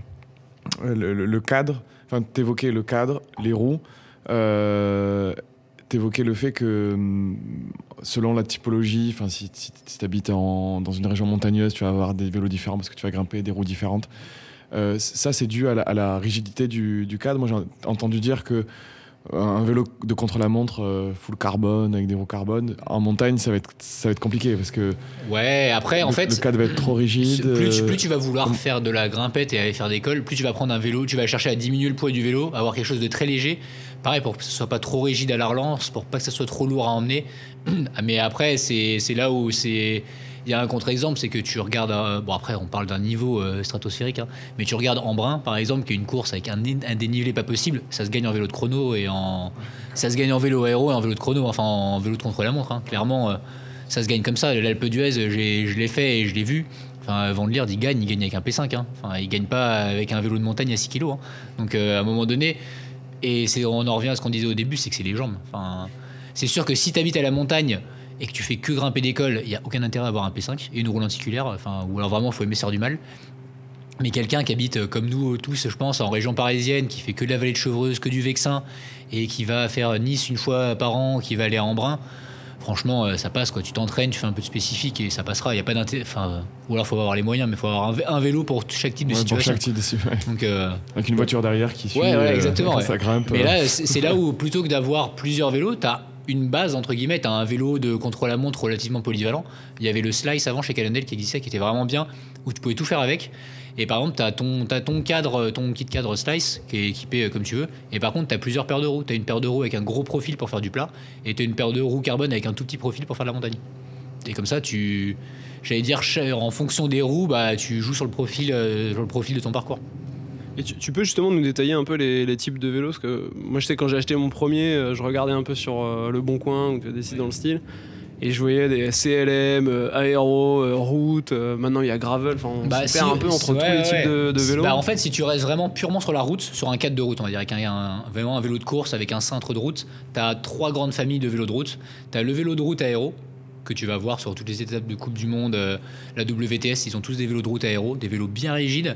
le cadre. Enfin, t'évoquais le cadre, les roues. T'évoquais le fait que selon la typologie, enfin si t'habites dans une région montagneuse, tu vas avoir des vélos différents parce que tu vas grimper, des roues différentes. Ça, c'est dû à la rigidité du cadre. Moi, j'ai entendu dire que un vélo de contre-la-montre full carbone avec des roues carbone en montagne, ça va être compliqué parce que ouais, après en fait le cadre va être trop rigide. Plus tu vas vouloir faire de la grimpette et aller faire des cols, plus tu vas prendre un vélo, tu vas chercher à diminuer le poids du vélo, avoir quelque chose de très léger. Pareil pour que ce soit pas trop rigide à la relance, pour pas que ça soit trop lourd à emmener. Mais après c'est là où il y a un contre-exemple, c'est que tu regardes, bon après on parle d'un niveau stratosphérique, hein, mais tu regardes Embrun par exemple, qui est une course avec un dénivelé pas possible, ça se gagne en vélo de chrono ça se gagne en vélo aéro et en vélo de chrono, enfin en vélo de contre-la-montre, hein. Clairement ça se gagne comme ça. L'Alpe d'Huez, je l'ai fait et je l'ai vu. Enfin, Van der Leer, il gagne avec un P5, hein. Enfin, il gagne pas avec un vélo de montagne à 6 kg, hein. Donc à un moment donné, et on en revient à ce qu'on disait au début, c'est que c'est les jambes. Enfin, c'est sûr que si tu habites à la montagne et que tu fais que grimper des cols, il n'y a aucun intérêt à avoir un P5 et une roue lenticulaire, enfin, ou alors vraiment il faut aimer se faire du mal. Mais quelqu'un qui habite comme nous tous, je pense, en région parisienne, qui fait que de la vallée de Chevreuse, que du Vexin, et qui va faire Nice une fois par an, qui va aller à Embrun, franchement ça passe quoi. Tu t'entraînes, tu fais un peu de spécifique et ça passera. Il y a pas d'intérêt, enfin, ou alors il faut avoir les moyens, mais il faut avoir un vélo pour chaque type de situation. Pour chaque type de situation. Donc, avec une voiture derrière qui suit. Ouais, exactement. Ça grimpe. Mais là, c'est là où plutôt que d'avoir plusieurs vélos, t'as une base entre guillemets, t'as un vélo de contre-la-montre relativement polyvalent. Il y avait le Slice avant chez Cannondale qui existait, qui était vraiment bien, où tu pouvais tout faire avec. Et par exemple, t'as ton cadre, ton kit cadre Slice qui est équipé comme tu veux. Et par contre, t'as plusieurs paires de roues. T'as une paire de roues avec un gros profil pour faire du plat, et t'as une paire de roues carbone avec un tout petit profil pour faire de la montagne. Et comme ça, j'allais dire, en fonction des roues, bah tu joues sur le profil de ton parcours. Et tu peux justement nous détailler un peu les types de vélos, parce que moi je sais quand j'ai acheté mon premier, je regardais un peu sur Le Bon Coin ou des sites dans le style, et je voyais des CLM, aéro, route, maintenant il y a gravel, enfin on se perd un peu entre tous les types de vélos. Bah en fait si tu restes vraiment purement sur la route, sur un cadre de route on va dire, avec vraiment un vélo de course avec un cintre de route, t'as 3 grandes familles de vélos de route. T'as le vélo de route aéro, que tu vas voir sur toutes les étapes de Coupe du Monde, la WTS, ils ont tous des vélos de route aéro, des vélos bien rigides,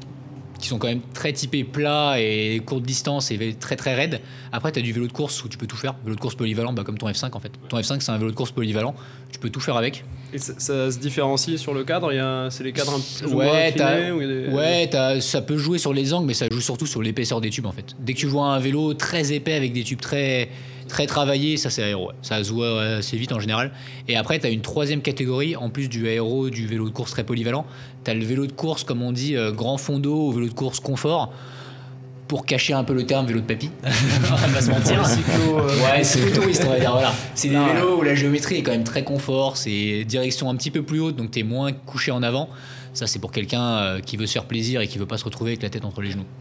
qui sont quand même très typés plats et courte distance et très très raides. Après, tu as du vélo de course où tu peux tout faire. Vélo de course polyvalent, comme ton F5 en fait. Ton F5, c'est un vélo de course polyvalent. Tu peux tout faire avec. Et ça se différencie sur le cadre. C'est les cadres un peu moins inclinés ça peut jouer sur les angles, mais ça joue surtout sur l'épaisseur des tubes en fait. Dès que tu vois un vélo très épais avec des tubes très travaillés, ça c'est aéro. Ça se voit assez vite en général. Et après, tu as une troisième catégorie, en plus du aéro, du vélo de course très polyvalent. Tu as le vélo de course, comme on dit, grand fond d'eau, ou vélo de course confort, pour cacher un peu le terme vélo de papy. On va pas se mentir. Cyclo-touriste, on va dire. Voilà. C'est des vélos où la géométrie est quand même très confort, c'est direction un petit peu plus haute, donc tu es moins couché en avant. Ça, c'est pour quelqu'un qui veut se faire plaisir et qui veut pas se retrouver avec la tête entre les genoux.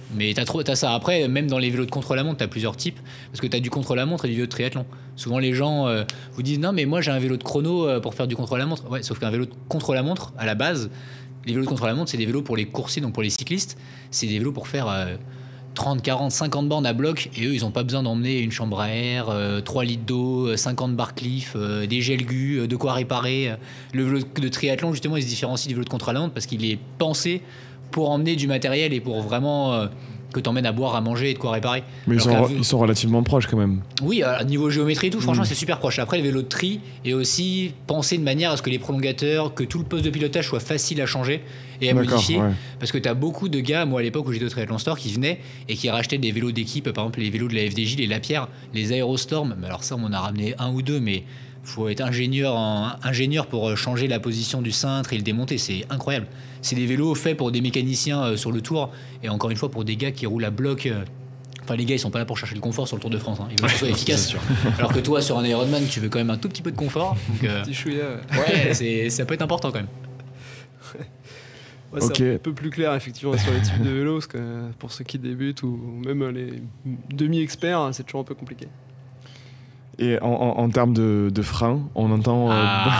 Mais t'as ça. Après, même dans les vélos de contre-la-montre, t'as plusieurs types. Parce que t'as du contre-la-montre et du vélo de triathlon. Souvent, les gens vous disent non, mais moi j'ai un vélo de chrono pour faire du contre-la-montre. Ouais, sauf qu'un vélo de contre-la-montre, à la base, les vélos de contre-la-montre, c'est des vélos pour les coursiers, donc pour les cyclistes. C'est des vélos pour faire 30, 40, 50 bornes à bloc. Et eux, ils n'ont pas besoin d'emmener une chambre à air, 3 litres d'eau, 50 Barcliff, des gelgus, de quoi réparer. Le vélo de triathlon, justement, il se différencie du vélo de contre-la-montre parce qu'il est pensé pour emmener du matériel et pour vraiment que t'emmènes à boire, à manger et de quoi réparer. Mais ils sont relativement proches quand même. Oui, à niveau géométrie et tout, franchement, c'est super proche. Après, le vélo de tri est aussi pensé de manière à ce que les prolongateurs, que tout le poste de pilotage soit facile à changer et à modifier. Ouais. Parce que t'as beaucoup de gars, moi à l'époque où j'étais au Triathlon Store, qui venaient et qui rachetaient des vélos d'équipe, par exemple les vélos de la FDJ, les Lapierre, les Aerostorm. Mais alors ça, on en a ramené un ou deux, mais faut être ingénieur pour changer la position du cintre et le démonter, c'est incroyable. C'est des vélos faits pour des mécaniciens sur le tour et encore une fois pour des gars qui roulent à bloc. Enfin, les gars, ils sont pas là pour chercher le confort sur le Tour de France. Ils veulent que ce soit efficace. Alors que toi, sur un Ironman, tu veux quand même un tout petit peu de confort. Donc, petit chouïa. Ouais, ça peut être important quand même. Ouais, c'est un peu plus clair effectivement sur les types de vélos, parce que pour ceux qui débutent ou même les demi-experts, c'est toujours un peu compliqué. Et en termes de freins, on entend,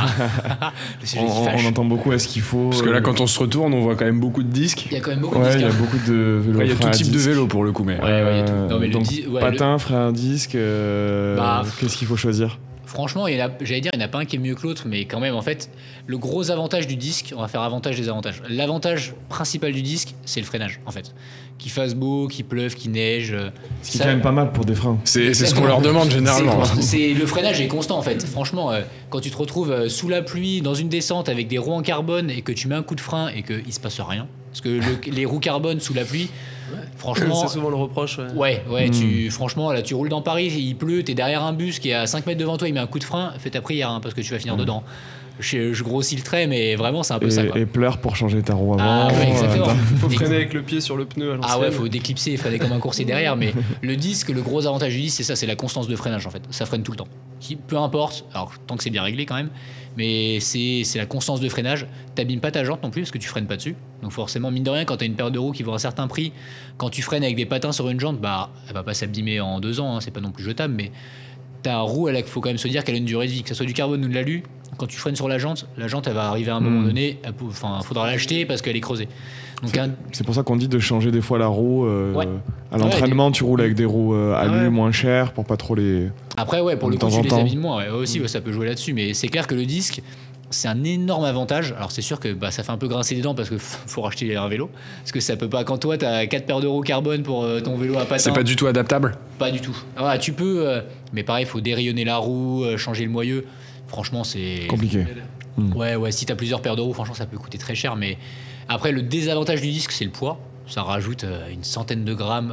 on entend beaucoup. Est-ce qu'il faut parce que là, quand on se retourne, on voit quand même beaucoup de disques. Il y a quand même beaucoup de disques. Il y a beaucoup de vélos. Il y a tout type de vélo pour le coup, mais. Il y a tout. Non, mais donc patin, frein, disque. Qu'est-ce qu'il faut choisir? Franchement, il n'y en a pas un qui est mieux que l'autre, mais quand même, en fait, le gros avantage du disque, on va faire avantage des avantages. L'avantage principal du disque, c'est le freinage, en fait. Qu'il fasse beau, qu'il pleuve, qu'il neige. Ce qui est quand même pas mal pour des freins. C'est ce qu'on leur demande généralement. Le freinage est constant, en fait. Franchement, quand tu te retrouves sous la pluie, dans une descente avec des roues en carbone et que tu mets un coup de frein et qu'il se passe rien, parce que les roues carbone sous la pluie, franchement, c'est souvent le reproche. Franchement, là, tu roules dans Paris, il pleut, t'es derrière un bus qui est à 5 mètres devant toi, il met un coup de frein, fais ta prière, parce que tu vas finir dedans. Je grossis le trait, mais vraiment, c'est un peu ça. Quoi. Et pleure pour changer ta roue avant. Exactement. Faut freiner avec le pied sur le pneu à l'ancienne. Ah ouais, faut déclipser, freiner comme un coursier derrière. Mais le disque, le gros avantage du disque, c'est ça, c'est la constance de freinage en fait. Ça freine tout le temps. Peu importe, alors tant que c'est bien réglé quand même, mais c'est la constance de freinage. T'abîmes pas ta jante non plus parce que tu freines pas dessus. Donc forcément, mine de rien, quand t'as une paire de roues qui vaut un certain prix, quand tu freines avec des patins sur une jante, elle va pas s'abîmer en 2 ans, c'est pas non plus jetable, mais ta roue, il faut quand même se dire qu'elle a une durée de vie, que ce soit du carbone ou de l'alu. Quand tu freines sur la jante, elle va arriver à un moment donné, faudra l'acheter parce qu'elle est creusée. Donc c'est pour ça qu'on dit de changer des fois la roue. À l'entraînement, tu roules avec des roues alu moins chères pour pas trop les. Après, pour le coup, tu les abîmes moins. Aussi, ça peut jouer là-dessus. Mais c'est clair que le disque, c'est un énorme avantage. Alors, c'est sûr que ça fait un peu grincer les dents parce qu'il faut racheter un vélo. Parce que ça peut pas. Quand toi, t'as 4 paires de roues carbone pour ton vélo à patins. C'est pas du tout adaptable? Pas du tout. Tu peux, mais pareil, il faut dérayonner la roue, changer le moyeu. Franchement, c'est compliqué. Ouais, si t'as plusieurs paires de roues, franchement, ça peut coûter très cher. Mais après, le désavantage du disque, c'est le poids. Ça rajoute une centaine de grammes.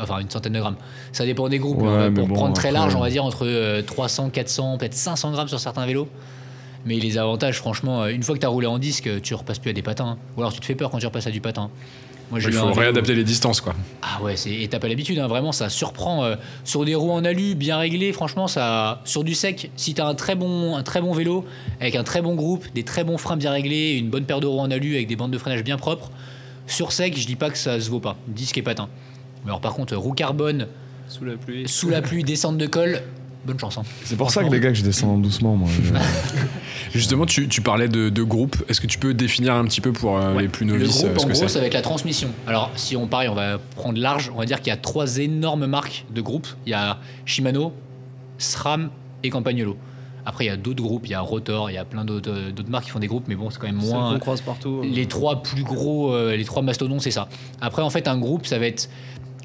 Ça dépend des groupes. Pour prendre très large, on va dire entre 300, 400, peut-être 500 grammes sur certains vélos. Mais les avantages, franchement, une fois que t'as roulé en disque, tu repasses plus à des patins. Ou alors tu te fais peur quand tu repasses à du patin. Moi, il faut réadapter les distances, quoi. Ah ouais, et t'as pas l'habitude, vraiment, ça surprend. Sur des roues en alu bien réglées, franchement, ça, sur du sec, si t'as un très bon vélo, avec un très bon groupe, des très bons freins bien réglés, une bonne paire de roues en alu avec des bandes de freinage bien propres, sur sec, je dis pas que ça se vaut pas, disque et patin. Mais alors par contre, roue carbone, sous la pluie, descente de col, bonne chance. C'est pour ça que les gars, que je descends doucement, moi. Justement, tu parlais de groupe. Est-ce que tu peux définir un petit peu pour les plus novices le groupe, en gros, ça va être la transmission. Alors, si on va prendre large, on va dire qu'il y a 3 énormes marques de groupes. Il y a Shimano, SRAM et Campagnolo. Après, il y a d'autres groupes, il y a Rotor, il y a plein d'autres marques qui font des groupes, mais bon, c'est quand même moins. On croise partout. Les 3 plus gros, les 3 mastodons, c'est ça. Après, en fait, un groupe, ça va être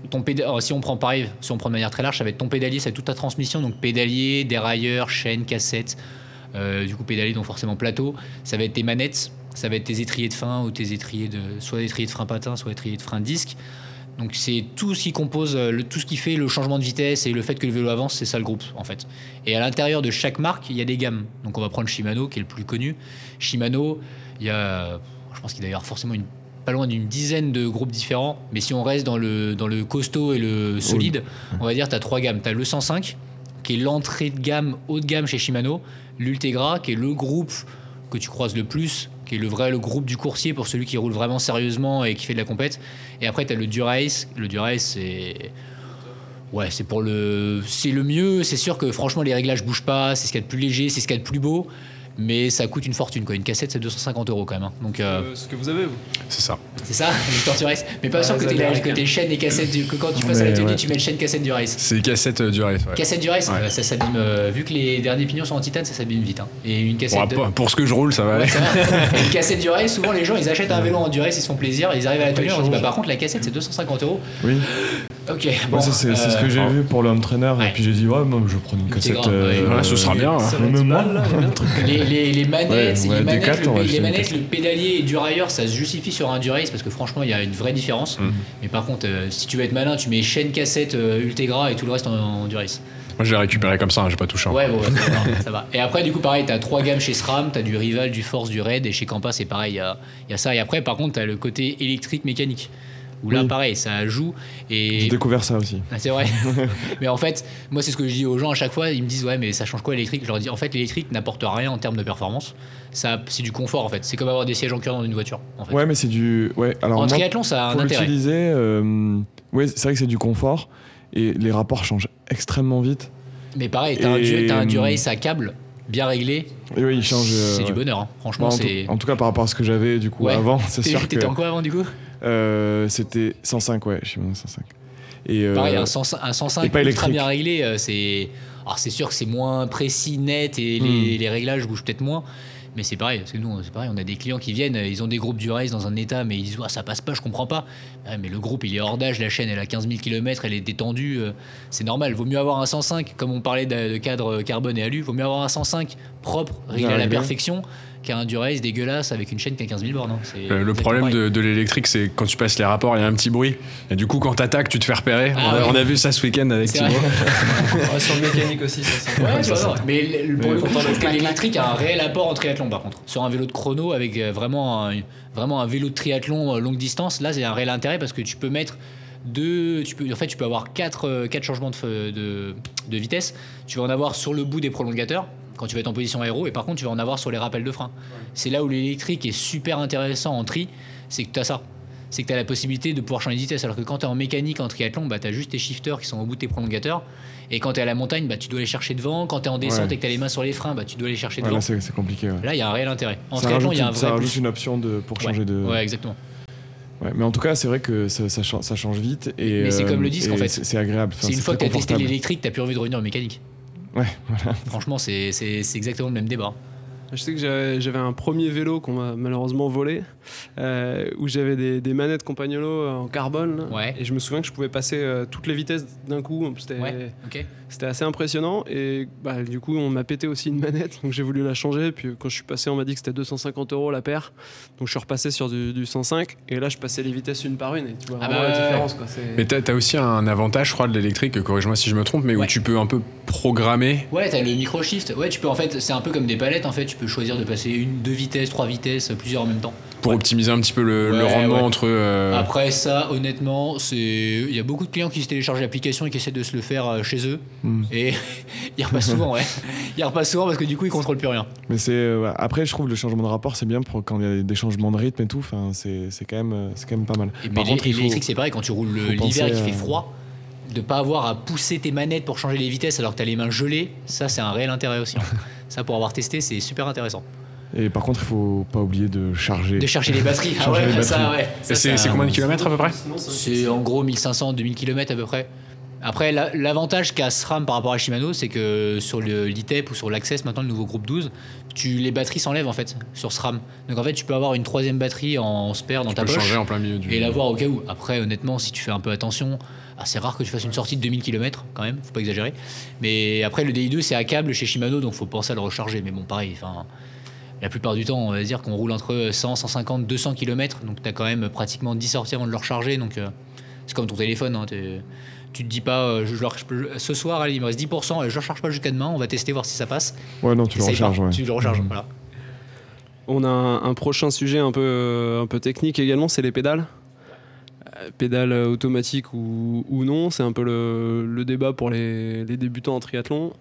si on prend de manière très large, ça va être ton pédalier, c'est toute ta transmission, donc pédalier, dérailleur, chaîne, cassette, du coup pédalier, donc forcément plateau, ça va être tes manettes, ça va être tes étriers de frein ou tes étriers soit étriers de frein patin, soit étriers de frein disque. Donc c'est tout ce qui compose, tout ce qui fait le changement de vitesse et le fait que le vélo avance, c'est ça le groupe en fait. Et à l'intérieur de chaque marque, il y a des gammes. Donc on va prendre Shimano qui est le plus connu. Shimano, je pense qu'il doit y avoir forcément pas loin d'une dizaine de groupes différents, mais si on reste dans le costaud et le solide, on va dire tu as 3 gammes. Tu as le 105 qui est l'entrée de gamme, haut de gamme chez Shimano, l'Ultegra qui est le groupe que tu croises le plus, qui est le groupe du coursier pour celui qui roule vraiment sérieusement et qui fait de la compète. Et après, tu as le Dura-Ace. Le Dura-Ace, c'est le mieux. C'est sûr que franchement, les réglages bougent pas. C'est ce qu'il y a de plus léger, c'est ce qu'il y a de plus beau. Mais ça coûte une fortune, quoi. Une cassette, c'est 250 € quand même. Hein. Donc, Ce que vous avez, vous. C'est ça. c'est ça, le Torture-Race. Mais pas sûr que t'es chaîne et cassette que quand tu passes à l'atelier, tu mets le chaîne cassette du race. C'est cassette du race. Ouais. Cassette du race, ça s'abîme. Vu que les derniers pignons sont en titane, ça s'abîme vite. Hein. Et une cassette. Pour ce que je roule, ça va aller. Une cassette du race, souvent les gens ils achètent un vélo en du race, ils se font plaisir, ils arrivent à l'atelier, on dit par contre la cassette c'est 250 €. Oui. Ok. Bon, c'est ce que j'ai vu pour le home trainer. Ouais. Et puis j'ai dit, moi, je vais prendre une cassette. Ouais, ce sera bien. Ça va être mal, là. Les manettes, Ouais, les manettes, le pédalier et du railleur, ça se justifie sur un du race parce que franchement il y a une vraie différence. Mais par contre, si tu veux être malin, tu mets chaîne cassette Ultegra et tout le reste en du race. Moi, je l'ai récupéré comme ça, j'ai pas touché. Ouais, ça va. Et après, du coup, pareil, t'as 3 gammes chez SRAM, t'as du Rival, du Force, du Raid, et chez Campa, c'est pareil, il y a ça. Et après, par contre, t'as le côté électrique mécanique. Où là, pareil, ça joue. Et... J'ai découvert ça aussi. Ah, c'est vrai. Mais en fait, moi, c'est ce que je dis aux gens à chaque fois. Ils me disent, ouais, mais ça change quoi l'électrique? Je leur dis, en fait, l'électrique n'apporte rien en termes de performance. C'est du confort, en fait. C'est comme avoir des sièges en cuir dans une voiture. En fait. Ouais, mais c'est du. Ouais, alors en moi, triathlon, ça a un pour intérêt. l'utiliser, ouais, c'est vrai que c'est du confort. Et les rapports changent extrêmement vite. Mais pareil, t'as un du race à câble bien réglé. Et oui, il change. C'est du bonheur. Hein. Franchement, c'est. En tout cas, par rapport à ce que j'avais du coup avant, c'est sûr que. T'étais en quoi avant, du coup? C'était 105, ouais, je suis bien 105. Et pareil, un 105 pas ultra bien réglé, c'est. Alors c'est sûr que c'est moins précis, net et les réglages bougent peut-être moins. Mais c'est pareil, parce que nous, c'est pareil, on a des clients qui viennent, ils ont des groupes du race dans un état, mais ils disent, ça passe pas, je comprends pas. Ouais, mais le groupe, il est hors d'âge, la chaîne, elle a 15 000 km, elle est détendue, c'est normal. Vaut mieux avoir un 105, comme on parlait de cadre carbone et alu, vaut mieux avoir un 105 propre, réglé à la perfection, qu'un du race dégueulasse avec une chaîne qui a 15 000 bornes. Hein. Le problème de l'électrique, c'est quand tu passes les rapports, il y a un petit bruit. Et du coup, quand t'attaques, tu te fais repérer. On a vu ça ce week-end avec Thibaut. Sur le mécanique aussi, ça. Ouais, tu vois, mais pour le coup, l'électrique a un réel apport en triathlon par contre. Sur un vélo de chrono avec vraiment un vélo de triathlon longue distance, là c'est un réel intérêt parce que tu peux mettre tu peux avoir 4 changements de vitesse. Tu vas en avoir sur le bout des prolongateurs quand tu vas être en position aéro, et par contre tu vas en avoir sur les rappels de frein. C'est là où l'électrique est super intéressant en tri, c'est que tu as ça. C'est que tu as la possibilité de pouvoir changer de vitesse, alors que quand tu es en mécanique en triathlon, tu as juste tes shifters qui sont au bout de tes prolongateurs, et quand tu es à la montagne, tu dois les chercher devant, quand tu es en descente et que tu as les mains sur les freins, tu dois les chercher devant. Là c'est compliqué. Ouais. Là il y a un réel intérêt. En ça triathlon, il y a un ça vrai rajoute plus. une option pour changer de... Ouais, exactement. Ouais, mais en tout cas, c'est vrai que ça change vite. Et, mais c'est comme le disque en fait. C'est agréable. C'est une fois que tu as testé l'électrique, tu n'as plus envie de revenir en mécanique. Ouais, voilà. Franchement, c'est exactement le même débat. Je sais que j'avais un premier vélo qu'on m'a malheureusement volé, où j'avais des manettes Compagnolo en carbone. Là, et je me souviens que je pouvais passer toutes les vitesses d'un coup. C'était assez impressionnant. Et du coup, on m'a pété aussi une manette, donc j'ai voulu la changer. Puis quand je suis passé, on m'a dit que c'était 250 € la paire. Donc je suis repassé sur du 105. Et là, je passais les vitesses une par une. Et tu vois vraiment la différence. Quoi. Mais t'as aussi un avantage, je crois, de l'électrique, corrige-moi si je me trompe, mais où tu peux un peu programmer. Ouais, t'as le micro-shift. Ouais, tu peux en fait, c'est un peu comme des palettes en fait. Tu peux choisir de passer 1, 2 vitesses, 3 vitesses, plusieurs en même temps. Pour optimiser un petit peu le rendement entre. Après ça, honnêtement, il y a beaucoup de clients qui se téléchargent l'application et qui essaient de se le faire chez eux. Et ils repassent souvent, Ils repassent souvent parce que du coup, ils contrôlent plus rien. Mais après, je trouve le changement de rapport, c'est bien pour quand il y a des changements de rythme et tout. Enfin, c'est quand même pas mal. Par contre, l'électrique, c'est pareil quand tu roules l'hiver et qu'il fait froid. De pas avoir à pousser tes manettes pour changer les vitesses alors que t'as les mains gelées, ça c'est un réel intérêt aussi. Ça, pour avoir testé, c'est super intéressant. Et par contre, il faut pas oublier de charger. De chercher les batteries. C'est combien de kilomètres à peu près? C'est en gros 1500-2000 km à peu près. Après, l'avantage qu'a SRAM par rapport à Shimano, c'est que sur l'ITEP ou sur l'Access, maintenant le nouveau groupe 12, les batteries s'enlèvent en fait sur SRAM. Donc en fait, tu peux avoir une 3e batterie en spare dans ta poche. Changer en plein milieu et l'avoir au cas où. Après, honnêtement, si tu fais un peu attention, c'est rare que tu fasses une sortie de 2000 km quand même, faut pas exagérer. Mais après, le DI2, c'est à câble chez Shimano, donc faut penser à le recharger. Mais bon, pareil, la plupart du temps, on va dire qu'on roule entre 100, 150, 200 km, donc t'as quand même pratiquement 10 sorties avant de le recharger. Donc c'est comme ton téléphone, tu te dis pas ce soir, allez, il me reste 10%, je le recharge pas jusqu'à demain, on va tester, voir si ça passe. Ouais, non, tu le recharges. Tu le recharges, voilà. On a un prochain sujet un peu technique également, c'est les pédales. Pédales automatiques ou non, c'est un peu le débat pour les débutants en triathlon.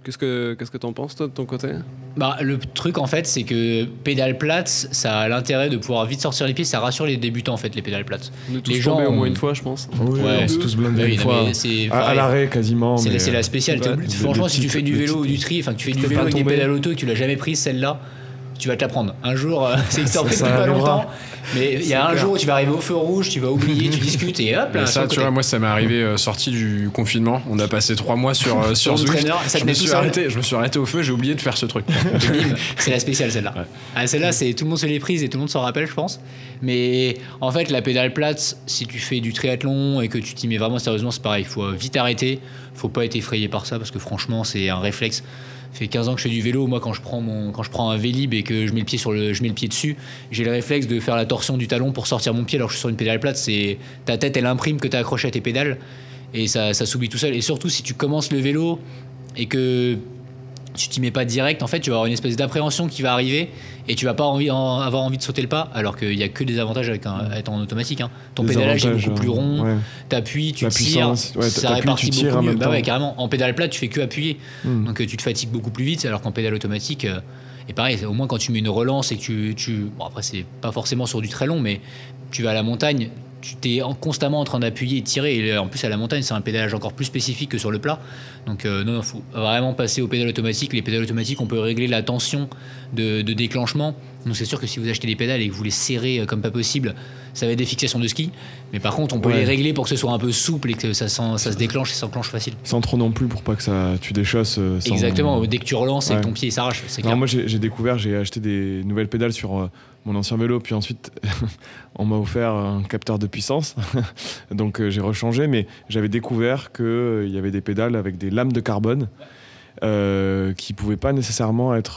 Qu'est-ce que t'en penses, toi, de ton côté ? Bah, le truc, en fait, c'est que pédale plate, ça a l'intérêt de pouvoir vite sortir les pieds. Ça rassure les débutants, en fait, les pédales plates. On est tous Les tombés gens au moins ont- une fois, je pense. Oui, Ouais. on s'est tous blindés Oui, une non, fois. mais c'est À pareil. l'arrêt quasiment. mais- C'est la spéciale. Ouais. Franchement, si tu fais du des vélo ou petites- du tri, enfin que tu fais du T'es vélo pas avec des tombé. pédales auto et que tu l'as jamais prise, celle-là, tu vas te la prendre. Un jour, c'est que ça en fait Ça depuis pas arrivera. longtemps, mais il y a un clair. jour où tu vas arriver au feu rouge, tu vas oublier, tu discutes et hop, Et là, sur ça, le tu côté. vois, moi, ça m'est arrivé sorti du confinement. On a passé 3 mois sur Sur Zwift. l'entraîneur, ça Je te met me tout suis seul. arrêté au feu, j'ai oublié de faire ce truc. Et bim, c'est la spéciale celle-là. Ah, celle-là, c'est tout le monde se les prise et tout le monde s'en rappelle, je pense. Mais en fait, la pédale plate, si tu fais du triathlon et que tu t'y mets vraiment sérieusement, c'est pareil. Il faut vite arrêter. Faut pas être effrayé par ça parce que franchement, c'est un réflexe. Ça fait 15 ans que je fais du vélo. Moi, quand je prends un Vélib et que je mets le pied dessus, j'ai le réflexe de faire la torsion du talon pour sortir mon pied alors que je suis sur une pédale plate. C'est ta tête, elle imprime que tu as accroché à tes pédales et ça s'oublie tout seul. Et surtout, si tu commences le vélo et que tu t'y mets pas direct, en fait, tu vas avoir une espèce d'appréhension qui va arriver et tu vas pas avoir envie de sauter le pas, alors qu'il y a que des avantages avec être en automatique. Hein. Ton Des pédalage est avantages, beaucoup plus rond, ouais. t'appuies, tu La tires, puissance, ouais, ça t'appuies, répartit tu tires beaucoup en mieux. même Bah ouais, temps. carrément. En pédale plate, tu fais que appuyer, Hmm. donc tu te fatigues beaucoup plus vite, alors qu'en pédale automatique, et pareil, au moins quand tu mets une relance et que bon après c'est pas forcément sur du très long, mais tu vas à la montagne, tu t'es constamment en train d'appuyer et de tirer, et en plus à la montagne c'est un pédalage encore plus spécifique que sur le plat, donc non, faut vraiment passer aux pédales automatiques. Les pédales automatiques, on peut régler la tension de déclenchement, donc c'est sûr que si vous achetez des pédales et que vous les serrez comme pas possible, ça va être des fixations de ski, mais par contre on peut Ouais. les régler pour que ce soit un peu souple et que ça se déclenche et s'enclenche facile. Sans trop non plus pour pas que ça tu déchausses. Sans- Exactement, dès que tu relances et Ouais. que ton pied s'arrache, c'est Non, clair. moi j'ai acheté des nouvelles pédales sur mon ancien vélo, puis ensuite on m'a offert un capteur de puissance, donc j'ai rechangé, mais j'avais découvert qu'il y avait des pédales avec des lames de carbone qui pouvaient pas nécessairement être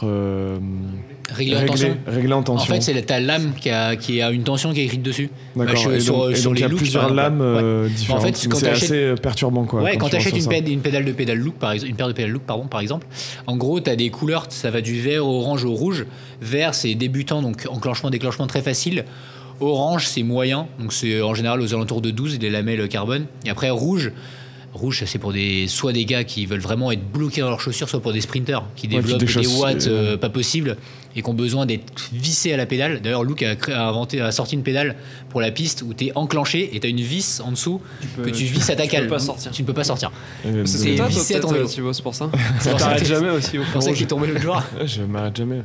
Régler en tension. réglées en En tension. fait, c'est ta lame qui a une tension qui est écrite dessus. D'accord. Bah, Et donc il y a looks, plusieurs par exemple. lames Ouais. différentes. En fait, mais quand c'est t'achètes- assez perturbant quoi. Ouais, quand tu achètes reçois ça. une pédale de pédale look, par exemple, une paire de pédales look, par exemple, en gros, tu as des couleurs, ça va du vert au orange au rouge. Vert, c'est débutant, donc déclenchement très facile. Orange, c'est moyen, donc c'est en général aux alentours de 12, des lamelles carbone. Et après, rouge, c'est pour soit des gars qui veulent vraiment être bloqués dans leurs chaussures, soit pour des sprinters qui Ouais, qui développent des déchaussent, watts pas possibles et qui ont besoin d'être vissés à la pédale. D'ailleurs, Luke a sorti une pédale pour la piste où tu es enclenché et tu as une vis en dessous que tu visses à ta cale. peux pas sortir. Tu ne peux pas sortir. C'est C'est toi, vissé à ton vélo. tu bosses pour ça. C'est pour ça T'arrêtes que- jamais aussi au C'est feu pour ça rouge. qu'il est tombé l'autre jour. Ouais, je m'arrête jamais.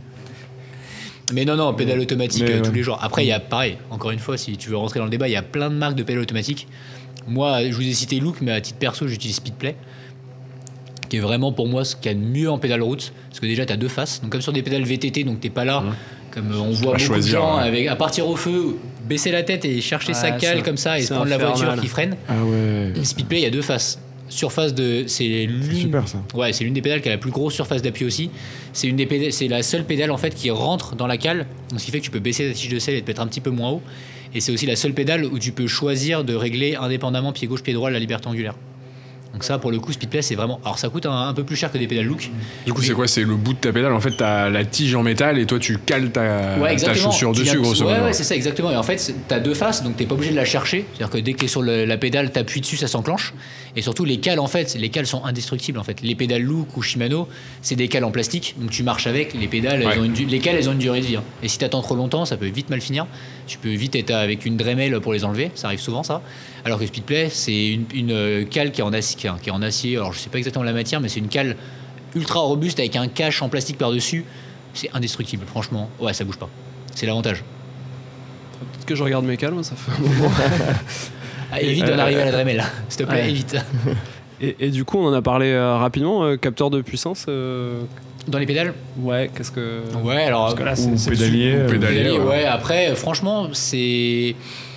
Mais non, pédale automatique Mais tous ouais. les jours. Après, il y a pareil, encore une fois, si tu veux rentrer dans le débat, il y a plein de marques de pédales automatiques. Moi, je vous ai cité Look, mais à titre perso, j'utilise Speedplay, qui est vraiment pour moi ce qu'il y a de mieux en pédale route. Parce que déjà, tu as deux faces. Donc, comme sur des pédales VTT, donc t'es pas là. Comme on voit beaucoup choisir, de gens ouais. à partir au feu, baisser la tête et chercher sa Ouais, cale c'est- comme ça et se c'est prendre la voiture infernal. qui freine. Ah ouais. Speedplay, il y a deux faces. Surface de. C'est l'une. Super ça. Ouais, c'est l'une des pédales qui a la plus grosse surface d'appui aussi. C'est la seule pédale en fait qui rentre dans la cale, donc ce qui fait que tu peux baisser ta tige de selle et te mettre un petit peu moins haut. Et c'est aussi la seule pédale où tu peux choisir de régler indépendamment pied gauche, pied droit la liberté angulaire. Donc ça, pour le coup, Speedplay, c'est vraiment. Alors ça coûte un peu plus cher que des pédales Look. Du coup, c'est quoi? C'est le bout de ta pédale. En fait, t'as la tige en métal et toi, tu cales ta chaussure Tu dessus, viens- grosso modo. Ouais, c'est ça, exactement. Et en fait, t'as deux faces, donc t'es pas obligé de la chercher. C'est-à-dire que dès que t'es sur la pédale, t'appuies dessus, ça s'enclenche. Et surtout, les cales, en fait, les cales sont indestructibles. En fait, les pédales Look ou Shimano, c'est des cales en plastique, donc tu marches avec. Les pédales, Ouais. les cales, elles ont une durée de vie. Hein. Et si t'attends trop longtemps, ça peut vite mal finir. Tu peux vite être avec une Dremel pour les enlever. Ça arrive souvent, ça. Alors que Speedplay, c'est une cale qui est en acier. Alors je sais pas exactement la matière, mais c'est une cale ultra robuste avec un cache en plastique par-dessus. C'est indestructible, franchement. Ouais, ça bouge pas. C'est l'avantage. Peut-être que je regarde mes cales, moi, ça fait un moment. Ah, évite d'en arriver à la Dremel, là. S'il te plaît, Ouais. évite. Et du coup, on en a parlé rapidement. Capteur de puissance. Dans les pédales Ouais, qu'est-ce que. Ouais, alors. Parce que là, Ou c'est pédalier. ou pédalier. pédalier, ouais. ouais, après, franchement, c'est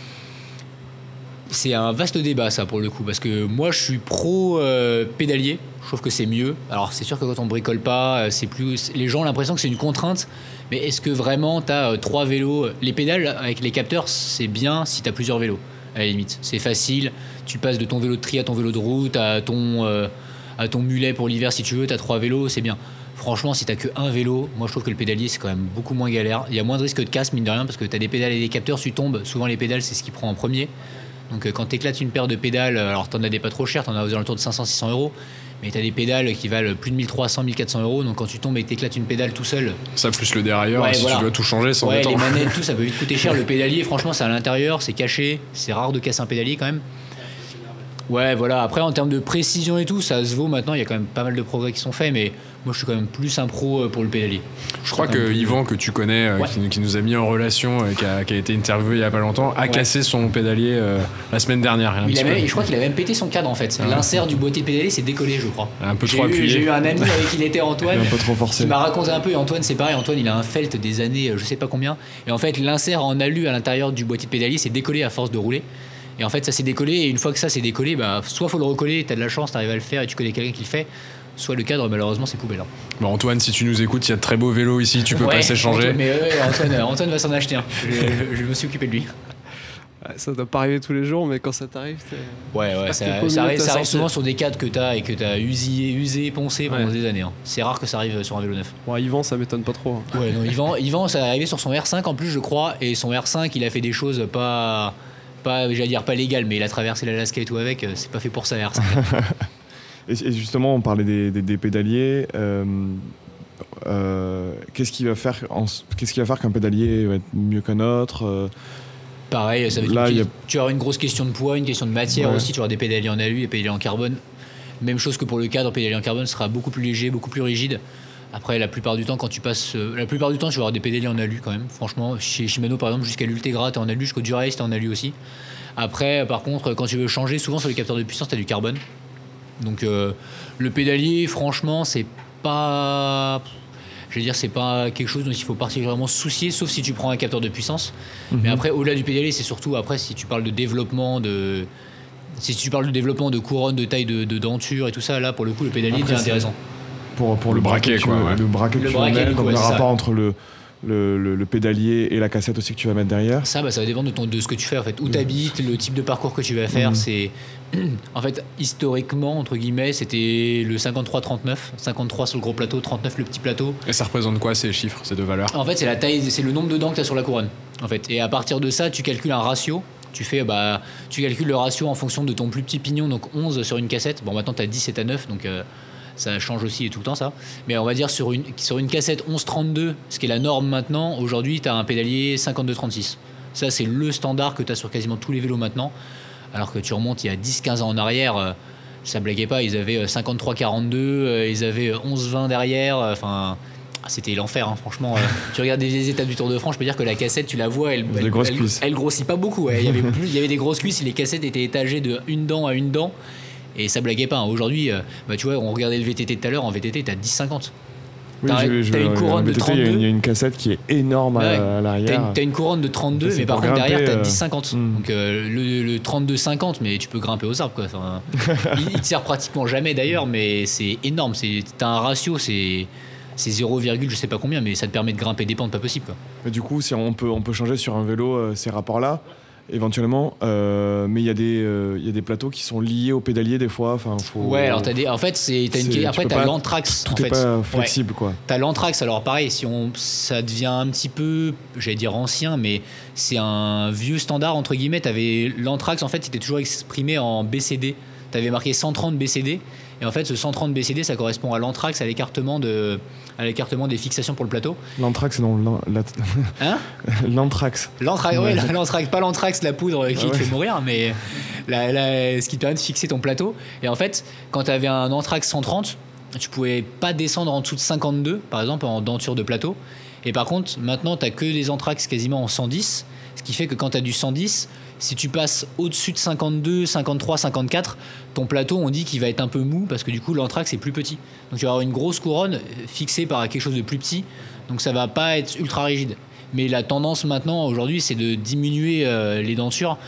un vaste débat, ça, pour le coup. Parce que moi, je suis pro pédalier. Je trouve que c'est mieux. Alors, c'est sûr que quand on bricole pas, les gens ont l'impression que c'est une contrainte. Mais est-ce que vraiment, tu as 3 vélos? Les pédales avec les capteurs, c'est bien si tu as plusieurs vélos, à la limite. C'est facile. Tu passes de ton vélo de tri à ton vélo de route, à ton mulet pour l'hiver, si tu veux. Tu as 3 vélos, c'est bien. Franchement, si t'as que un vélo, moi je trouve que le pédalier c'est quand même beaucoup moins galère. Il y a moins de risque de casse, mine de rien, parce que t'as des pédales et des capteurs, tu tombes. Souvent les pédales, c'est ce qui prend en premier. Donc quand t'éclates une paire de pédales, alors t'en as des pas trop chères, t'en as aux alentours de 500-600 €. Mais t'as des pédales qui valent plus de 1300, 1400 €. Donc quand tu tombes et que t'éclates une pédale tout seul. Ça plus le dérailleur, Ouais, si voilà. tu dois tout changer, c'est Ouais, embêtant. les manettes, tout, ça peut vite coûter cher. Le pédalier, franchement, c'est à l'intérieur, c'est caché. C'est rare de casser un pédalier quand même. Ouais, voilà. Après, en termes de précision et tout, ça se vaut maintenant. Il y a quand même pas mal de progrès qui sont faits, mais moi, je suis quand même plus un pro pour le pédalier. Je crois que Yvan, que tu connais, Ouais. qui nous a mis en relation, qui a été interviewé il y a pas longtemps, a cassé son pédalier la semaine dernière. Un petit peu. Et je crois qu'il a même pété son cadre en fait. L'insert du boîtier de pédalier s'est décollé, je crois. Un peu trop appuyé. J'ai eu un ami avec qui il était, Antoine. Il est un peu trop Qui forcé. m'a raconté un peu, et Antoine c'est pareil, Antoine il a un felt des années je sais pas combien, et en fait l'insert en alu à l'intérieur du boîtier de pédalier s'est décollé à force de rouler, et en fait ça s'est décollé, et une fois que ça s'est décollé, bah, soit faut le recoller, t'as de la chance, t'arrives à le faire et tu connais quelqu'un qui le fait, soit le cadre malheureusement c'est poubelle. Bon, Antoine, si tu nous écoutes, il y a de très beaux vélos ici, tu peux passer changer. Mais Antoine va s'en acheter un. Je me suis occupé de lui. Ouais, ça doit pas arriver tous les jours, mais quand ça t'arrive, Ouais, ça arrive souvent sur des cadres que t'as usé, poncé pendant des années. Hein. C'est rare que ça arrive sur un vélo neuf. Bon, Yvan, ça m'étonne pas trop. Hein. Ouais, non, Yvan, ça est arrivé sur son R5 en plus, je crois, et son R5, il a fait des choses pas j'allais dire pas légales, mais il a traversé l'Alaska et tout avec, c'est pas fait pour ça, R5. Et justement, on parlait des pédaliers. Qu'est-ce qui va faire qu'un pédalier va être mieux qu'un autre Pareil, ça veut Là, dire tu auras une grosse question de poids, une question de matière aussi, tu auras des pédaliers en alu et pédaliers en carbone. Même chose que pour le cadre, pédalier en carbone sera beaucoup plus léger, beaucoup plus rigide. Après, la plupart du temps, tu vas avoir des pédaliers en alu quand même. Franchement, chez Shimano par exemple, jusqu'à l'Ultegra, t'es en alu, jusqu'au Dura-Ace, t'es en alu aussi. Après, par contre, quand tu veux changer, souvent sur les capteurs de puissance, t'as du carbone. Donc le pédalier, franchement, c'est pas quelque chose dont il faut particulièrement se soucier, sauf si tu prends un capteur de puissance. Mais après, au-delà du pédalier, c'est surtout après si tu parles de développement de couronne, de taille de denture et tout ça, là pour le coup le pédalier devient intéressant. Pour le braquet, quoi, ouais. Le braquet que Le tu vas braquet, mettre, du coup, donc ouais, le c'est ça. rapport entre le pédalier et la cassette aussi que tu vas mettre derrière. Ça va dépendre de ce que tu fais en fait, où t'habites, le type de parcours que tu vas faire. C'est en fait historiquement entre guillemets c'était le 53-39, 53 sur le gros plateau, 39 le petit plateau. Et ça représente quoi ces chiffres, ces deux valeurs? En fait c'est la taille, c'est le nombre de dents que tu as sur la couronne en fait, et à partir de ça tu calcules un ratio. Tu calcules le ratio en fonction de ton plus petit pignon, donc 11 sur une cassette. Bon maintenant t'as 10 et t'as 9, donc ça change aussi et tout le temps ça. Mais on va dire sur une cassette 11-32, ce qui est la norme maintenant, aujourd'hui tu as un pédalier 52-36. Ça c'est le standard que tu as sur quasiment tous les vélos maintenant. Alors que tu remontes il y a 10-15 ans en arrière, ça blaguait pas, ils avaient 53-42, ils avaient 11-20 derrière, enfin... C'était l'enfer, hein, franchement. Tu regardes des étapes du Tour de France, je peux dire que la cassette, tu la vois, elle grossit pas beaucoup. Ouais. Il y avait des grosses cuisses, les cassettes étaient étagées de une dent à une dent, et ça blaguait pas. Hein. Aujourd'hui, tu vois, on regardait le VTT tout à l'heure, en VTT, t'as 10-50. Oui, t'as une couronne de 32. Il y a une cassette qui est énorme à l'arrière. T'as une couronne de 32, mais par contre derrière t'as 10-50. Donc le 32-50, mais tu peux grimper aux arbres quoi. Enfin, il te sert pratiquement jamais d'ailleurs, mais c'est énorme. T'as un ratio, c'est 0, je sais pas combien, mais ça te permet de grimper des pentes pas possible quoi. Mais du coup, si on peut changer sur un vélo ces rapports-là, éventuellement, mais il y a des plateaux qui sont liés au pédalier des fois. Ouais, alors en fait, t'as l'anthrax. Tout n'est pas flexible quoi. T'as l'anthrax, alors pareil, ça devient un petit peu, j'allais dire ancien, mais c'est un vieux standard entre guillemets. T'avais l'anthrax, en fait, il était toujours exprimé en BCD. T'avais marqué 130 BCD. Et en fait, ce 130 BCD, ça correspond à l'anthrax, à l'écartement des fixations pour le plateau. L'anthrax, non. Hein L'anthrax. L'anthrax, ouais, l'anthrax, pas l'anthrax, la poudre qui te fait mourir, mais ce qui te permet de fixer ton plateau. Et en fait, quand tu avais un anthrax 130, tu pouvais pas descendre en dessous de 52, par exemple, en denture de plateau. Et par contre, maintenant, tu n'as que des anthrax quasiment en 110, ce qui fait que quand tu as du 110, si tu passes au-dessus de 52, 53, 54, ton plateau, on dit qu'il va être un peu mou parce que du coup, l'anthrax est plus petit. Donc, tu vas avoir une grosse couronne fixée par quelque chose de plus petit. Donc, ça va pas être ultra rigide. Mais la tendance maintenant, aujourd'hui, c'est de diminuer les dentures.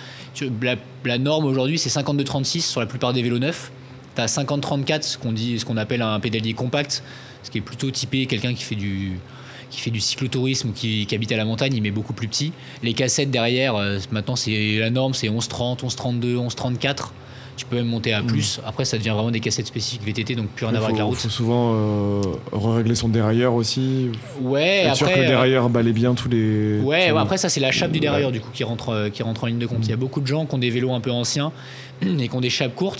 La norme aujourd'hui, c'est 52-36 sur la plupart des vélos neufs. Tu as 50-34, ce qu'on appelle un pédalier compact, ce qui est plutôt typé quelqu'un qui fait du cyclotourisme ou qui habite à la montagne, il met beaucoup plus petit. Les cassettes derrière, maintenant c'est la norme, c'est 11-30, 11-32, 11-34. Tu peux même monter à plus. Après, ça devient vraiment des cassettes spécifiques VTT, donc plus rien à voir avec la route. Il faut souvent régler son dérailleur aussi. Ouais, être après. sûr que le dérailleur balaye bien tous les. Ouais, après, ça, c'est la chape du dérailleur, du coup, qui rentre en ligne de compte. Il y a beaucoup de gens qui ont des vélos un peu anciens et qui ont des chapes courtes.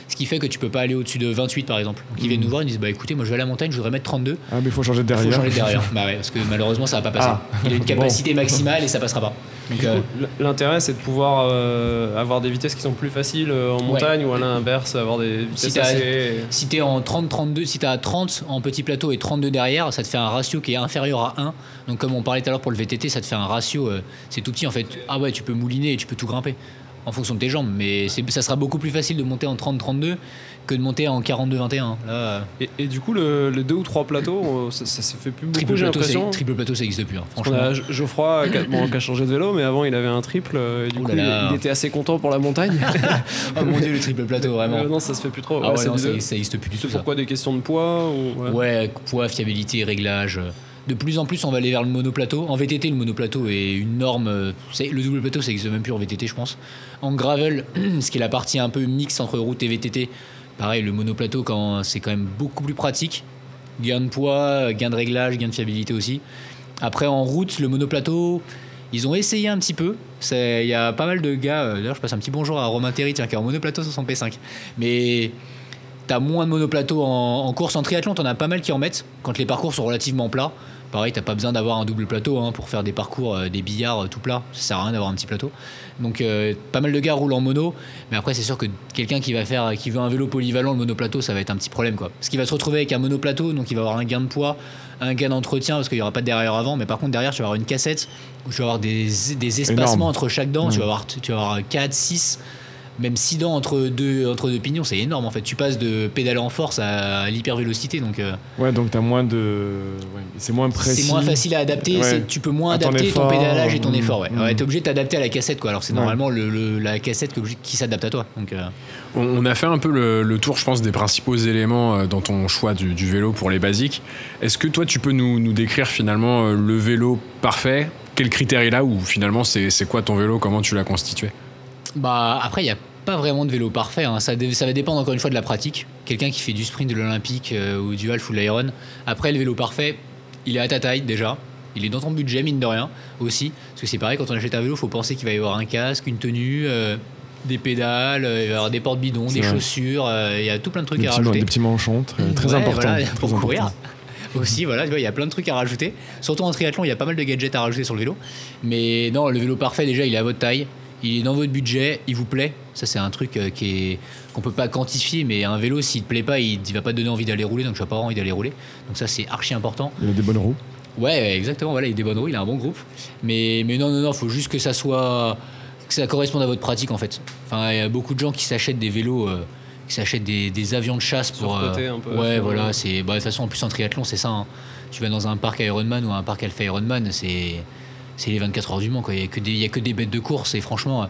Ce qui fait que tu peux pas aller au-dessus de 28 par exemple. Donc ils viennent nous voir, ils disent bah écoutez, moi je vais à la montagne, je voudrais mettre 32. Ah, mais il faut changer de Il derrière. faut changer de derrière. Bah ouais, parce que malheureusement ça va pas passer. Il a une capacité maximale et ça passera pas. Donc, L'intérêt, c'est de pouvoir avoir des vitesses qui sont plus faciles en montagne ou à l'inverse, avoir des vitesses si t'es en 30-32, si t'as 30 en petit plateau et 32 derrière, ça te fait un ratio qui est inférieur à 1. Donc comme on parlait tout à l'heure pour le VTT, ça te fait un ratio, c'est tout petit en fait. Ah ouais, tu peux mouliner et tu peux tout grimper en fonction de tes jambes, mais ça sera beaucoup plus facile de monter en 30-32 que de monter en 42-21. Là, et du coup, le 2 ou 3 plateaux, ça se fait plus beaucoup, j'ai l'impression. Triple plateau, ça n'existe plus, hein, franchement. On a Geoffroy qui a changé de vélo, mais avant il avait un triple, et du coup il était assez content pour la montagne. Oh mon dieu, le triple plateau, vraiment. Non, ça se fait plus trop. Ah ouais, non, ça n'existe plus du tout. Pourquoi des questions de poids ou... Ouais, poids, fiabilité, réglage. De plus en plus, on va aller vers le monoplateau. En VTT, le monoplateau est une norme. Le double plateau, ça n'existe même plus en VTT, je pense. En gravel, ce qui est la partie un peu mixte entre route et VTT, pareil, le monoplateau, c'est quand même beaucoup plus pratique. Gain de poids, gain de réglage, gain de fiabilité aussi. Après, en route, le monoplateau, ils ont essayé un petit peu. Il y a pas mal de gars. D'ailleurs, je passe un petit bonjour à Romain Théry, qui est en monoplateau sur son P5. Mais t'as moins de monoplateau en course. En triathlon, t'en as pas mal qui en mettent quand les parcours sont relativement plats. Pareil, t'as pas besoin d'avoir un double plateau pour faire des parcours, des billards tout plats. Ça sert à rien d'avoir un petit plateau. Donc pas mal de gars roulent en mono, mais après c'est sûr que quelqu'un qui veut un vélo polyvalent, le monoplateau, ça va être un petit problème, quoi. Parce qu'il va se retrouver avec un monoplateau, donc il va avoir un gain de poids, un gain d'entretien parce qu'il y aura pas de derrière avant, mais par contre derrière tu vas avoir une cassette où tu vas avoir des espacements énorme entre chaque dent. Tu vas avoir 4, 6. Même 6 dents entre deux pignons, c'est énorme en fait. Tu passes de pédaler en force à l'hypervélocité. Donc, ouais, donc t'as moins de. Ouais, c'est moins précis. C'est moins facile à adapter. Ouais. Tu peux moins adapter ton pédalage et ton effort. Ouais. Ouais, t'es obligé de t'adapter à la cassette, quoi. Alors c'est normalement la cassette qui s'adapte à toi. Donc, On a fait un peu le tour, je pense, des principaux éléments dans ton choix du vélo pour les basiques. Est-ce que toi, tu peux nous décrire finalement le vélo parfait ? Quels critères il a ou finalement c'est quoi ton vélo ? Comment tu l'as constitué ? Bah après, il y a pas vraiment de vélo parfait, hein. Ça va dépendre encore une fois de la pratique. Quelqu'un qui fait du sprint, de l'olympique ou du half ou de l'iron. Après, le vélo parfait, il est à ta taille déjà. Il est dans ton budget, mine de rien, aussi. Parce que c'est pareil, quand on achète un vélo, il faut penser qu'il va y avoir un casque, une tenue, des pédales, il va y avoir des portes-bidons, des chaussures. Il y a tout plein de trucs à rajouter. Des petits manchons, très importants. Voilà, pour courir. Aussi, voilà, il y a plein de trucs à rajouter. Surtout en triathlon, il y a pas mal de gadgets à rajouter sur le vélo. Mais non, le vélo parfait, déjà, il est à votre taille. Il est dans votre budget, il vous plaît. Ça, c'est un truc qu'on peut pas quantifier, mais un vélo, s'il te plaît pas, il va pas te donner envie d'aller rouler, donc tu vas pas avoir envie d'aller rouler. Donc ça, c'est archi important. Il a des bonnes roues. Ouais, exactement, voilà, il a des bonnes roues, il a un bon groupe. Mais non, faut juste que ça corresponde à votre pratique, en fait. Enfin, il y a beaucoup de gens qui s'achètent des vélos, qui s'achètent des avions de chasse pour... Surcoté un peu. Ouais, voilà, de toute façon, en plus, en triathlon, c'est ça. Hein. Tu vas dans un parc Ironman ou un parc Alpha Ironman, c'est les 24 heures du Mans, quoi. Il y a que des bêtes de course et franchement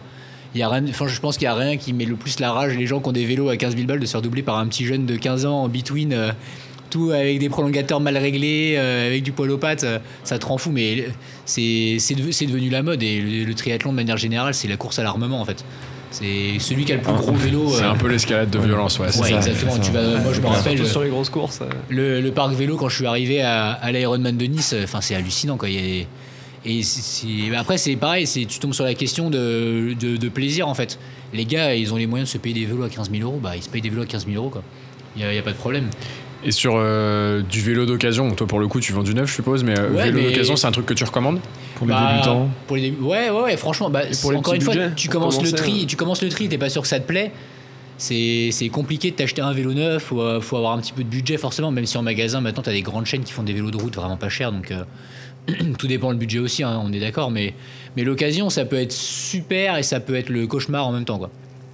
je pense qu'il y a rien qui met le plus la rage les gens qui ont des vélos à 15 000 balles de se faire doubler par un petit jeune de 15 ans en between, tout avec des prolongateurs mal réglés, avec du poil aux pattes, ça te rend fou. Mais c'est devenu la mode et le triathlon de manière générale, c'est la course à l'armement en fait. C'est celui qui a le plus gros vélo. C'est un peu l'escalade de violence, ouais. Ouais, exactement. Moi, je me rappelle. Surtout sur les grosses courses. Le parc vélo, quand je suis arrivé à l'Ironman de Nice, c'est hallucinant, quoi. Après, c'est pareil, tu tombes sur la question de plaisir, en fait. Les gars, ils ont les moyens de se payer des vélos à 15 000 €, bah, ils se payent des vélos à 15 000 €, quoi. Il n'y a pas de problème. Et sur du vélo d'occasion, toi pour le coup tu vends du neuf je suppose, mais vélo d'occasion c'est un truc que tu recommandes pour les débutants? Ouais, franchement, encore une fois, tu commences le tri, t'es pas sûr que ça te plaît. C'est compliqué de t'acheter un vélo neuf, faut avoir un petit peu de budget forcément, même si en magasin maintenant t'as des grandes chaînes qui font des vélos de route vraiment pas chers, donc tout dépend le budget aussi, hein, on est d'accord, mais l'occasion ça peut être super et ça peut être le cauchemar en même temps, quoi.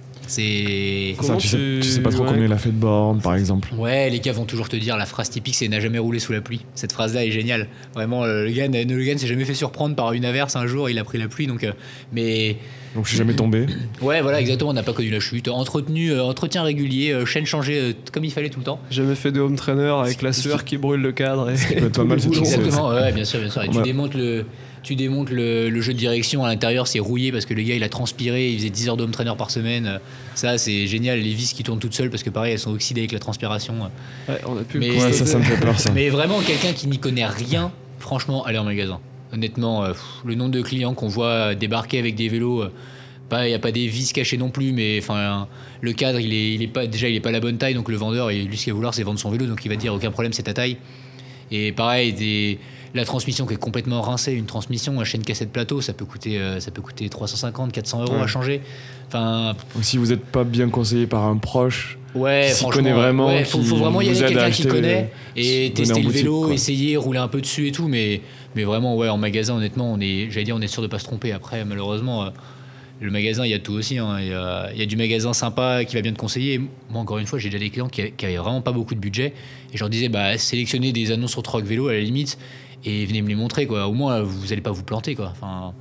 Tu sais pas trop combien il a fait de bornes, par exemple. Ouais, les gars vont toujours te dire la phrase typique, c'est n'a jamais roulé sous la pluie. Cette phrase-là est géniale. Vraiment, le gars s'est jamais fait surprendre par une averse un jour, il a pris la pluie, donc je suis jamais tombé. Ouais, voilà, exactement, on n'a pas connu la chute. Entretien régulier, chaîne changée comme il fallait tout le temps. Jamais fait de home trainer avec la sueur qui brûle le cadre. Ça peut être pas mal, exactement, ouais, bien sûr. Et tu démontes le jeu de direction à l'intérieur, c'est rouillé parce que le gars il a transpiré, il faisait 10 heures de home trainer par semaine. Ça c'est génial, les vis qui tournent toutes seules parce que pareil elles sont oxydées avec la transpiration. Ouais, on a pu ça me fait peur ça. Mais vraiment quelqu'un qui n'y connaît rien, franchement allez en magasin. Honnêtement, le nombre de clients qu'on voit débarquer avec des vélos Il n'y a pas des vis cachées non plus, mais le cadre, il est pas la bonne taille, donc le vendeur, lui, ce qu'il va vouloir, c'est vendre son vélo, donc il va te dire aucun problème, c'est ta taille. Et pareil, la transmission qui est complètement rincée, une transmission, un chaîne cassette plateau, ça peut coûter 350, 400 € à changer. Si vous n'êtes pas bien conseillé par un proche, qui connaît vraiment, faut vraiment y aller, quelqu'un qui connaît, et tester le vélo, quoi. essayer, rouler un peu dessus et tout, mais vraiment, en magasin, honnêtement, on est sûr de pas se tromper. Après, malheureusement, le magasin, il y a tout aussi. Il y a du magasin sympa qui va bien te conseiller. Moi, encore une fois, j'ai déjà des clients qui avaient vraiment pas beaucoup de budget. Et je leur disais, sélectionnez des annonces sur Troc Vélo à la limite et venez me les montrer, quoi. Au moins, vous allez pas vous planter, quoi.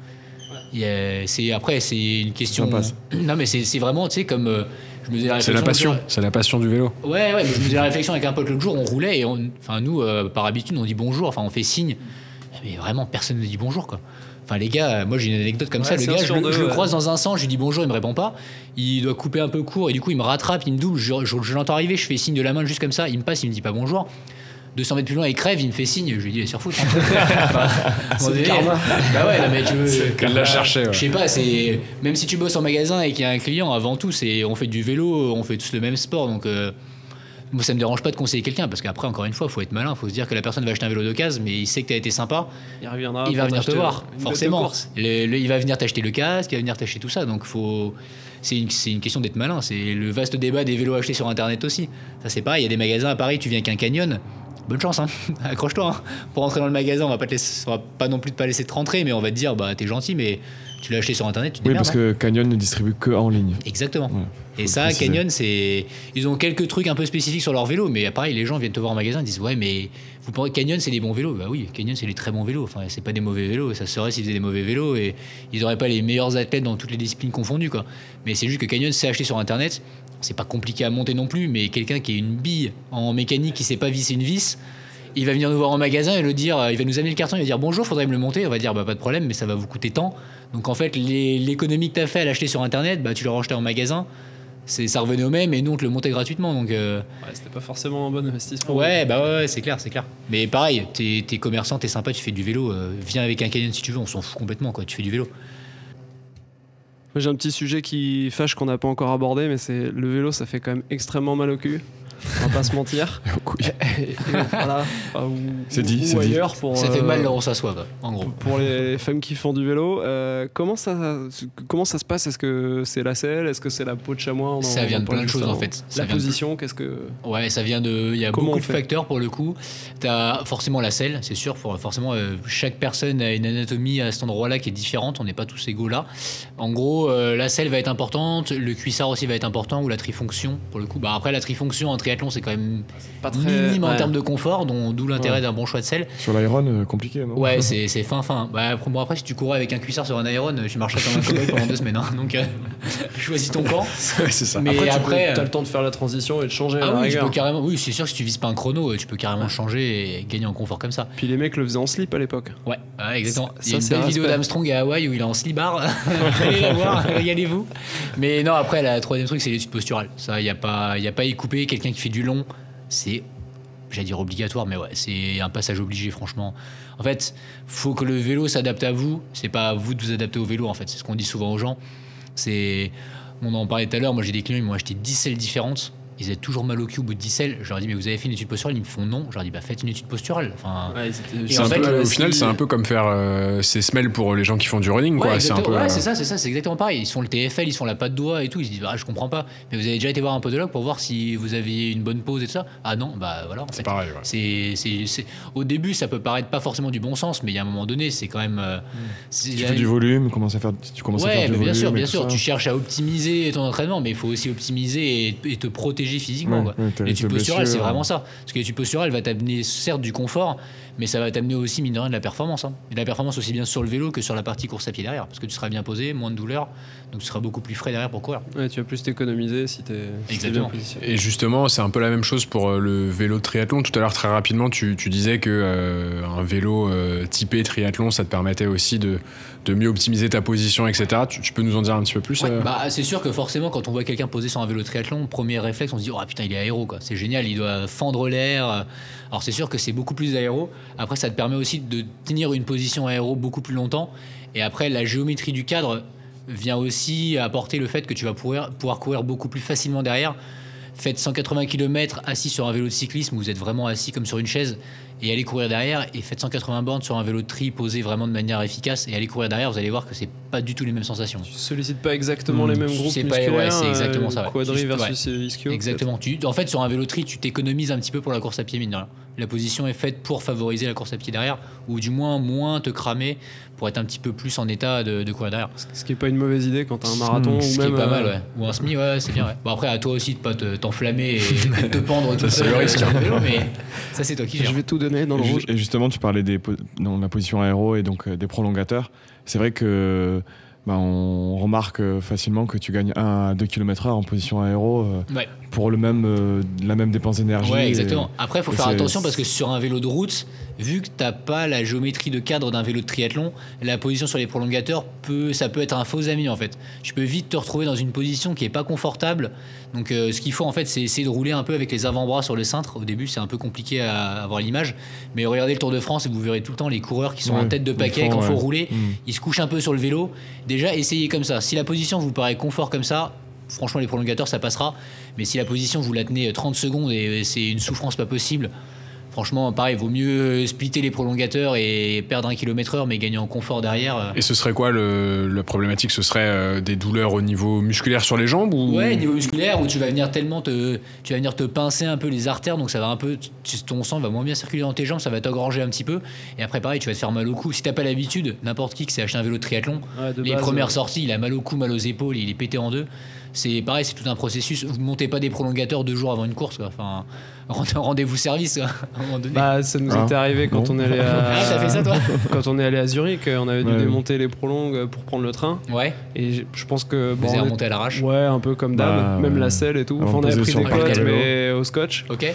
Après, c'est une question. Non, mais c'est vraiment, tu sais, comme. Je me disais c'est la passion du vélo. Ouais, mais je me disais la réflexion avec un pote l'autre jour, on roulait et nous, par habitude, on dit bonjour, on fait signe. Mais vraiment, personne ne dit bonjour, quoi. Les gars, moi j'ai une anecdote comme ça, le gars, je le croise dans un sens, je lui dis bonjour, il me répond pas, il doit couper un peu court et du coup il me rattrape, il me double, je l'entends arriver, je fais signe de la main juste comme ça, il me passe, il me dit pas bonjour. 200 mètres plus loin, il crève, il me fait signe, je lui dis, sur foot. C'est le karma. Mais tu veux. Qu'elle l'a cherché. Ouais. Je sais pas, même si tu bosses en magasin et qu'il y a un client, avant tout, on fait du vélo, on fait tous le même sport, donc. Moi, ça me dérange pas de conseiller quelqu'un parce qu'après, encore une fois, il faut être malin, il faut se dire que la personne va acheter un vélo d'occasion, mais il sait que tu as été sympa. Il va venir te voir, forcément. Il va venir t'acheter le casque, il va venir t'acheter tout ça. Donc, c'est une question d'être malin. C'est le vaste débat des vélos achetés sur Internet aussi. Ça, c'est pareil. Il y a des magasins à Paris, tu viens avec un Canyon. Bonne chance, accroche-toi. Pour rentrer dans le magasin, on va pas non plus te laisser te rentrer, mais on va te dire, t'es gentil, mais tu l'as acheté sur Internet, tu te démerdes. Oui, parce que Canyon ne distribue que en ligne. Exactement. Ouais, et ça, Canyon, ils ont quelques trucs un peu spécifiques sur leur vélo, mais pareil, les gens viennent te voir en magasin et disent, ouais, mais vous pensez Canyon, c'est des bons vélos. Bah oui, Canyon, c'est des très bons vélos. C'est pas des mauvais vélos. Ça serait s'ils faisaient des mauvais vélos et ils auraient pas les meilleurs athlètes dans toutes les disciplines confondues, quoi. Mais c'est juste que Canyon, c'est acheté sur Internet. C'est pas compliqué à monter non plus, mais quelqu'un qui a une bille en mécanique qui sait pas visser une vis, il va venir nous voir en magasin et il va nous amener le carton, il va dire bonjour, faudrait me le monter. On va dire pas de problème, mais ça va vous coûter tant. Donc en fait, l'économie que tu as fait à l'acheter sur Internet, tu l'as racheté en magasin, ça revenait au même et nous on te le montait gratuitement. Donc c'était pas forcément un bon investissement. Ouais, c'est clair. Mais pareil, t'es commerçant, t'es sympa, tu fais du vélo, viens avec un Canyon si tu veux, on s'en fout complètement, quoi. Tu fais du vélo. Moi, j'ai un petit sujet qui fâche qu'on n'a pas encore abordé, mais c'est le vélo, ça fait quand même extrêmement mal au cul. On va pas se mentir. Voilà. C'est dit. Ailleurs ça fait mal là où on s'assoit, en gros. Pour les femmes qui font du vélo, comment ça se passe ? Est-ce que c'est la selle ? Est-ce que c'est la peau de chamois ? Ça vient de plein de choses en fait. La position, qu'est-ce que... Ouais, ça vient de... Il y a beaucoup de facteurs pour le coup. T'as forcément la selle, c'est sûr. Forcément, chaque personne a une anatomie à cet endroit-là qui est différente. On n'est pas tous égaux là. En gros, la selle va être importante. Le cuissard aussi va être important. Ou la trifonction, pour le coup. Après, la trifonction en triathlon, c'est quand même pas très minime en termes de confort, d'où l'intérêt d'un bon choix de selle. Sur l'Iron, compliqué, non ? Ouais, c'est fin. Après, si tu courais avec un cuissard sur un Iron, tu marcherais comme un cowboy pendant 2 semaines. Donc, choisis ton camp. Ouais, c'est ça. Mais après, tu as le temps de faire la transition et de changer. Tu peux carrément. Oui, c'est sûr que si tu vises pas un chrono, tu peux carrément changer et gagner en confort comme ça. Puis les mecs le faisaient en slip à l'époque. Ouais, exactement. Il y a une belle vidéo d'Armstrong à Hawaï où il est en slip-bar. Allez la voir, régalez-vous. Mais non, après, la troisième truc, c'est l'étude posturale. Ça, il n'y a pas à y couper. Quelqu'un qui fait du long, c'est, j'allais dire obligatoire, mais ouais, c'est un passage obligé, franchement. En fait, faut que le vélo s'adapte à vous. C'est pas à vous de vous adapter au vélo, en fait. C'est ce qu'on dit souvent aux gens. On en parlait tout à l'heure. Moi, j'ai des clients, ils m'ont acheté 10 selles différentes. Ils avaient toujours mal au cul au bout de 10 selles. Je leur dis, mais vous avez fait une étude posturale ? Ils me font non. Je leur dis, faites une étude posturale. Au final, c'est un peu comme faire ces semelles pour les gens qui font du running, quoi. C'est ça, c'est exactement pareil. Ils se font le TFL, ils se font la patte doigt et tout. Ils se disent, je comprends pas. Mais vous avez déjà été voir un podologue pour voir si vous aviez une bonne pose et tout ça ? Ah non, voilà. En fait, pareil. Ouais. Au début, ça peut paraître pas forcément du bon sens, mais il y a un moment donné, c'est quand même. Si tu fais du volume, tu commences à faire du volume. Bien sûr. Tu cherches à optimiser ton entraînement, mais il faut aussi optimiser et te protéger physiquement, quoi. L'étude posturale, c'est vraiment ça. Parce que l'étude posturale va t'amener certes du confort, mais ça va t'amener aussi, mine de rien, de la performance. Et de la performance aussi bien sur le vélo que sur la partie course à pied derrière. Parce que tu seras bien posé, moins de douleur, donc tu seras beaucoup plus frais derrière pour courir. Ouais, tu vas plus t'économiser si t'es bien positionné. Et justement, c'est un peu la même chose pour le vélo de triathlon. Tout à l'heure, très rapidement, tu disais que un vélo typé triathlon, ça te permettait aussi de mieux optimiser ta position, etc. Tu peux nous en dire un petit peu plus ? C'est sûr que forcément, quand on voit quelqu'un poser sur un vélo de triathlon, premier réflexe, on se dit, oh putain, il est aéro, quoi. C'est génial, il doit fendre l'air. Alors c'est sûr que c'est beaucoup plus aéro. Après, ça te permet aussi de tenir une position aéro beaucoup plus longtemps. Et après, la géométrie du cadre vient aussi apporter le fait que tu vas pouvoir courir beaucoup plus facilement derrière. Faites 180 km assis sur un vélo de cyclisme où vous êtes vraiment assis comme sur une chaise et allez courir derrière, et faites 180 bornes sur un vélo de tri posé vraiment de manière efficace et allez courir derrière, vous allez voir que c'est pas du tout les mêmes sensations. Tu sollicites pas exactement les mêmes groupes musculaires. Ouais, c'est exactement ça. Quadri versus ischio. Exactement. En fait, sur un vélo tri, tu t'économises un petit peu pour la course à pied, mine de rien. La position est faite pour favoriser la course à pied derrière, ou du moins te cramer pour être un petit peu plus en état de courir derrière. Ce qui est pas une mauvaise idée quand t'as un marathon Ce ou même qui est pas mal, ouais. Ou un semi, ouais, c'est bien. Ouais. Bon, après, à toi aussi de pas t'enflammer et de te pendre tout seul sur le vélo, mais ça, c'est toi qui gères. Je vais tout donner dans le rouge. Et justement, tu parlais de la position aéro et donc des prolongateurs. C'est vrai que on remarque facilement que tu gagnes 1 à 2 km/h en position aéro pour la même dépense d'énergie. Ouais, exactement. Après, il faut faire attention parce que sur un vélo de route, vu que tu n'as pas la géométrie de cadre d'un vélo de triathlon, la position sur les prolongateurs, ça peut être un faux ami en fait. Tu peux vite te retrouver dans une position qui n'est pas confortable. Donc ce qu'il faut en fait, c'est essayer de rouler un peu avec les avant-bras sur le cintre. Au début, c'est un peu compliqué à avoir l'image. Mais regardez le Tour de France et vous verrez tout le temps les coureurs qui sont en tête de paquet. Quand il faut rouler, ils se couchent un peu sur le vélo. Déjà, essayez comme ça. Si la position vous paraît confort comme ça, franchement, les prolongateurs, ça passera. Mais si la position, vous la tenez 30 secondes et c'est une souffrance pas possible, franchement, pareil, vaut mieux splitter les prolongateurs et perdre 1 km/h, mais gagner en confort derrière. Et ce serait quoi la problématique? Ce serait des douleurs au niveau musculaire sur les jambes ou... Ouais, niveau musculaire, où tu vas venir te pincer un peu les artères, donc ça va un peu, ton sang va moins bien circuler dans tes jambes, ça va t'engorger un petit peu. Et après, pareil, tu vas te faire mal au cou. Si t'as pas l'habitude, n'importe qui s'est acheté un vélo de triathlon, les premières sorties, il a mal au cou, mal aux épaules, il est pété en deux. C'est pareil, c'est tout un processus. Vous ne montez pas des prolongateurs 2 jours avant une course, quoi. Enfin, rendez-vous service à un moment donné. Ça nous était arrivé quand on est allé à... Ah, t'as fait ça, toi? Quand on est allé à Zurich, on avait dû démonter les prolongues pour prendre le train. Ouais. Et je pense que... Vous avez remonté à l'arrache? Ouais, un peu comme d'hab. Même la selle et tout. Enfin, on avait pris des côtes, mais au scotch. Ok.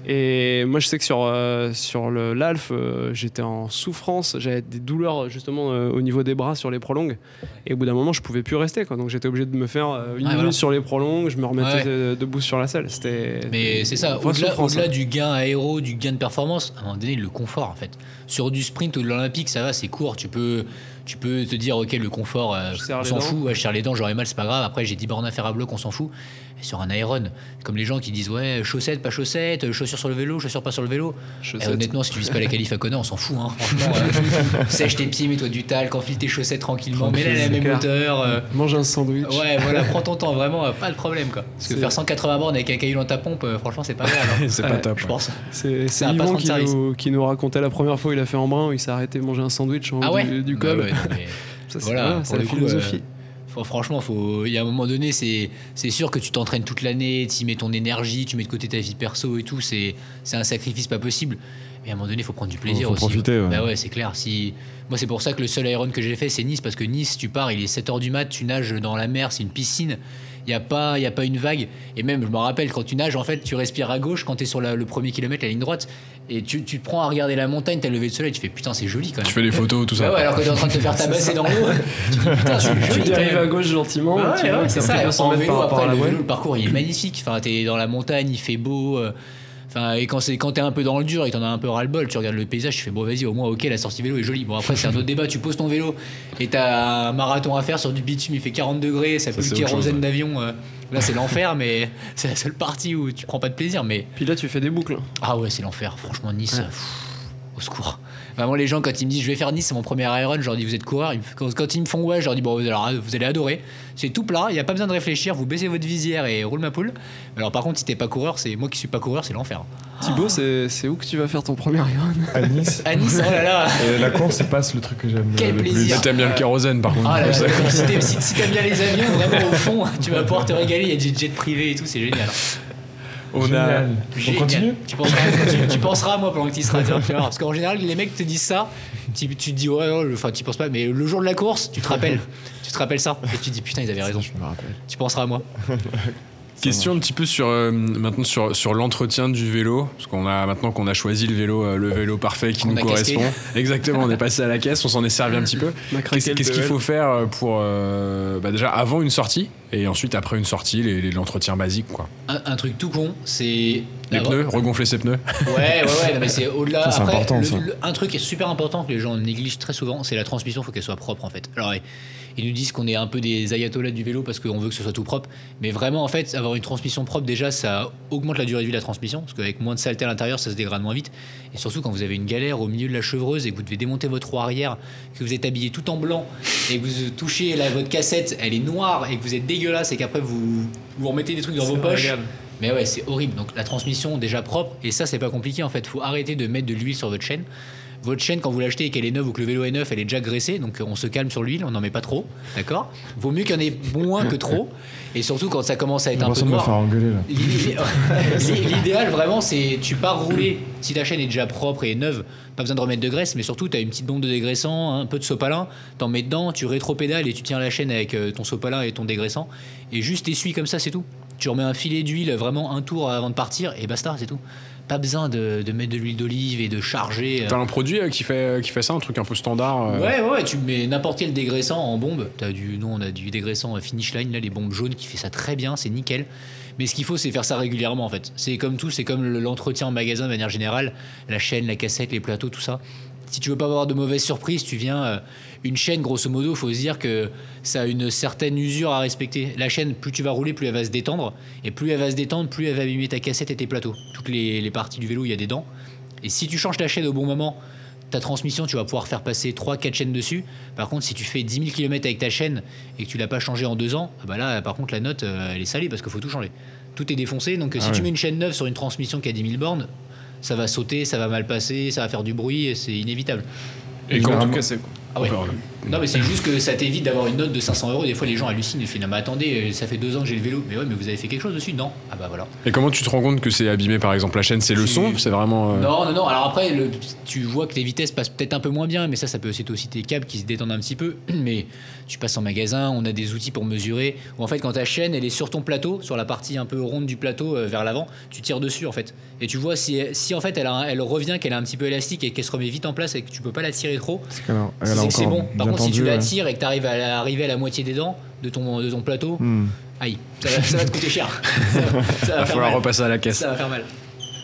Et moi, je sais que sur l'Alf, j'étais en souffrance. J'avais des douleurs, justement, au niveau des bras sur les prolongues. Et au bout d'un moment, je pouvais plus rester, quoi. Donc, j'étais obligé de me faire une minute sur les prolongues. Je me remettais debout sur la selle. Mais c'est ça. Au-delà du gain aéro, du gain de performance, à un moment donné, le confort, en fait. Sur du sprint ou de l'olympique, ça va, c'est court. Tu peux te dire, ok, le confort, on s'en fout. Ouais, je serre les dents, j'aurai mal, c'est pas grave. Après, j'ai 10 bornes à faire à bloc, on s'en fout. Et sur un Iron, comme les gens qui disent, ouais, chaussettes, pas chaussettes, chaussures sur le vélo, chaussures pas sur le vélo. Et honnêtement, si tu vises pas la qualif à Kona, on s'en fout. Hein. Franchement, sèche tes pieds, mets-toi du talc, enfile tes chaussettes tranquillement, mets la même hauteur. Mange un sandwich. Ouais, voilà, prends ton temps, vraiment, pas de problème, quoi. Parce que faire 180 bornes avec un caillou dans ta pompe, franchement, c'est pas grave. Hein. C'est pas top. Je pense. C'est Yvan qui nous racontait la première fois où il a fait en brun, où il s'est arrêté manger un sandwich en haut du col. Ouais, voilà, c'est la philosophie. Franchement, il y a un moment donné, c'est sûr que tu t'entraînes toute l'année, tu y mets ton énergie, tu mets de côté ta vie perso et tout, c'est un sacrifice pas possible. Mais à un moment donné, il faut prendre du plaisir aussi. Profiter, ouais. Bah ouais, c'est clair. Moi, c'est pour ça que le seul Iron que j'ai fait, c'est Nice, parce que Nice, tu pars, il est 7h du mat, tu nages dans la mer, c'est une piscine. Il n'y a pas une vague. Et même, je me rappelle, quand tu nages, en fait, tu respires à gauche quand tu es sur le premier kilomètre, la ligne droite. Et tu te prends à regarder la montagne, t'as le lever de soleil, tu fais putain, c'est joli quand même. Tu fais des photos, tout ça. Ouais, alors que t'es en train de te faire tabasser dans l'eau, tu dis putain, c'est joli. Tu arrives à gauche gentiment. C'est ça. En vélo, après, le vélo, le parcours, il est magnifique. Enfin, t'es dans la montagne, il fait beau. Enfin, et quand t'es un peu dans le dur et que t'en as un peu ras-le-bol, tu regardes le paysage, tu fais bon, vas-y, au moins, ok, la sortie vélo est jolie. Bon, après, c'est un autre débat. Tu poses ton vélo et t'as un marathon à faire sur du bitume, il fait 40 degrés, ça pue le kérosène d'avion. Là, c'est l'enfer, mais c'est la seule partie où tu prends pas de plaisir. Mais puis là, tu fais des boucles. Ah ouais, c'est l'enfer. Franchement, Nice, au secours. Vraiment, les gens, quand ils me disent je vais faire Nice, c'est mon premier Iron, je leur dis vous êtes coureur. Quand ils me font ouais, je leur dis bon, alors, vous allez adorer. C'est tout plat, il n'y a pas besoin de réfléchir, vous baissez votre visière et roule ma poule. Alors, par contre, si t'es pas coureur, c'est moi qui suis pas coureur, c'est l'enfer. Thibaut, c'est où que tu vas faire ton premier Iron? À Nice. À Nice, oh là là. La course, c'est pas le truc que j'aime. Quel plaisir. T'aimes bien le kérosène, par contre. Ah là, si t'aimes bien les avions, vraiment au fond, tu vas pouvoir te régaler. Il y a des jets privés et tout, c'est génial. On continue. Tu penseras à moi pendant que tu seras. Parce qu'en général, les mecs te disent ça, tu te dis ouais, enfin tu penses pas, mais le jour de la course, tu te rappelles ça et tu te dis putain, ils avaient raison. Je me rappelle. Tu penseras à moi. Question un petit peu maintenant sur l'entretien du vélo, parce maintenant qu'on a choisi le vélo parfait qui nous correspond. Exactement, on est passé à la caisse, on s'en est servi un petit peu. Qu'est-ce qu'il faut faire pour déjà avant une sortie Et ensuite, après une sortie, l'entretien basique, quoi. Un truc tout con, c'est... Les pneus, regonfler ses pneus. Ouais, non, mais c'est au-delà. Ça, c'est après, important, ça. Un truc qui est super important que les gens négligent très souvent, c'est la transmission, il faut qu'elle soit propre en fait. Alors, ils nous disent qu'on est un peu des ayatollahs du vélo parce qu'on veut que ce soit tout propre, mais vraiment en fait, avoir une transmission propre, déjà, ça augmente la durée de vie de la transmission, parce qu'avec moins de saleté à l'intérieur, ça se dégrade moins vite. Et surtout, quand vous avez une galère au milieu de la chevreuse et que vous devez démonter votre roue arrière, que vous êtes habillé tout en blanc et que vous touchez votre cassette, elle est noire et que vous êtes dégueulasse et qu'après vous remettez des trucs dans vos poches. Mais ouais, c'est horrible. Donc la transmission déjà propre, et ça c'est pas compliqué en fait. Faut arrêter de mettre de l'huile sur votre chaîne. Votre chaîne, quand vous l'achetez et qu'elle est neuve ou que le vélo est neuf, elle est déjà graissée, donc on se calme sur l'huile, on n'en met pas trop, d'accord ? Vaut mieux qu'il y en ait moins que trop, et surtout quand ça commence à être un peu noir. Me faire engueuler là. L'idéal vraiment, c'est tu pars rouler. Si ta chaîne est déjà propre et neuve, pas besoin de remettre de graisse, mais surtout tu as une petite bombe de dégraissant, un peu de sopalin, t'en mets dedans, tu rétro-pédales et tu tiens la chaîne avec ton sopalin et ton dégraissant, et juste essuie comme ça, c'est tout. Tu remets un filet d'huile, vraiment un tour avant de partir, et basta, c'est tout. Pas besoin de mettre de l'huile d'olive et de charger. T'as un produit qui fait ça, un truc un peu standard Ouais, tu mets n'importe quel dégraissant en bombe. On a du dégraissant Finish Line, là, les bombes jaunes qui fait ça très bien, c'est nickel. Mais ce qu'il faut, c'est faire ça régulièrement en fait. C'est comme tout, c'est comme l'entretien en magasin de manière générale, la chaîne, la cassette, les plateaux, tout ça. Si tu veux pas avoir de mauvaises surprises, tu viens. Une chaîne, grosso modo, il faut se dire que ça a une certaine usure à respecter. La chaîne, plus tu vas rouler, plus elle va se détendre. Et plus elle va se détendre, plus elle va abîmer ta cassette et tes plateaux. Toutes les parties du vélo, il y a des dents. Et si tu changes ta chaîne au bon moment, ta transmission, tu vas pouvoir faire passer 3-4 chaînes dessus. Par contre, si tu fais 10 000 km avec ta chaîne et que tu l'as pas changée en 2 ans, bah là, par contre, la note, elle est salée parce qu'il faut tout changer. Tout est défoncé. Donc, si tu mets une chaîne neuve sur une transmission qui a 10 000 bornes, ça va sauter, ça va mal passer, ça va faire du bruit et c'est inévitable. Et quand tout casser, quoi. Ah ouais. Non mais c'est juste que ça t'évite d'avoir une note de 500 €. Des fois les gens hallucinent, ils font non mais attendez, ça fait 2 ans que j'ai le vélo. Mais ouais, mais vous avez fait quelque chose dessus? Non. Ah bah voilà. Et comment tu te rends compte que c'est abîmé par exemple? La chaîne, c'est le son? C'est vraiment... Non. Alors après, tu vois que les vitesses passent peut-être un peu moins bien, mais ça peut aussi tes câbles qui se détendent un petit peu. Mais tu passes en magasin, on a des outils pour mesurer. Ou en fait quand ta chaîne elle est sur ton plateau, sur la partie un peu ronde du plateau vers l'avant, tu tires dessus en fait. Et tu vois si en fait elle revient, qu'elle est un petit peu élastique et qu'elle se remet vite en place et que tu peux pas la tirer trop, c'est que c'est bon. Par contre si tu la tires et que tu arrives à arriver à la moitié des dents de ton plateau, aïe, ça va te coûter cher. Ça va falloir repasser à la caisse. Ça va faire mal.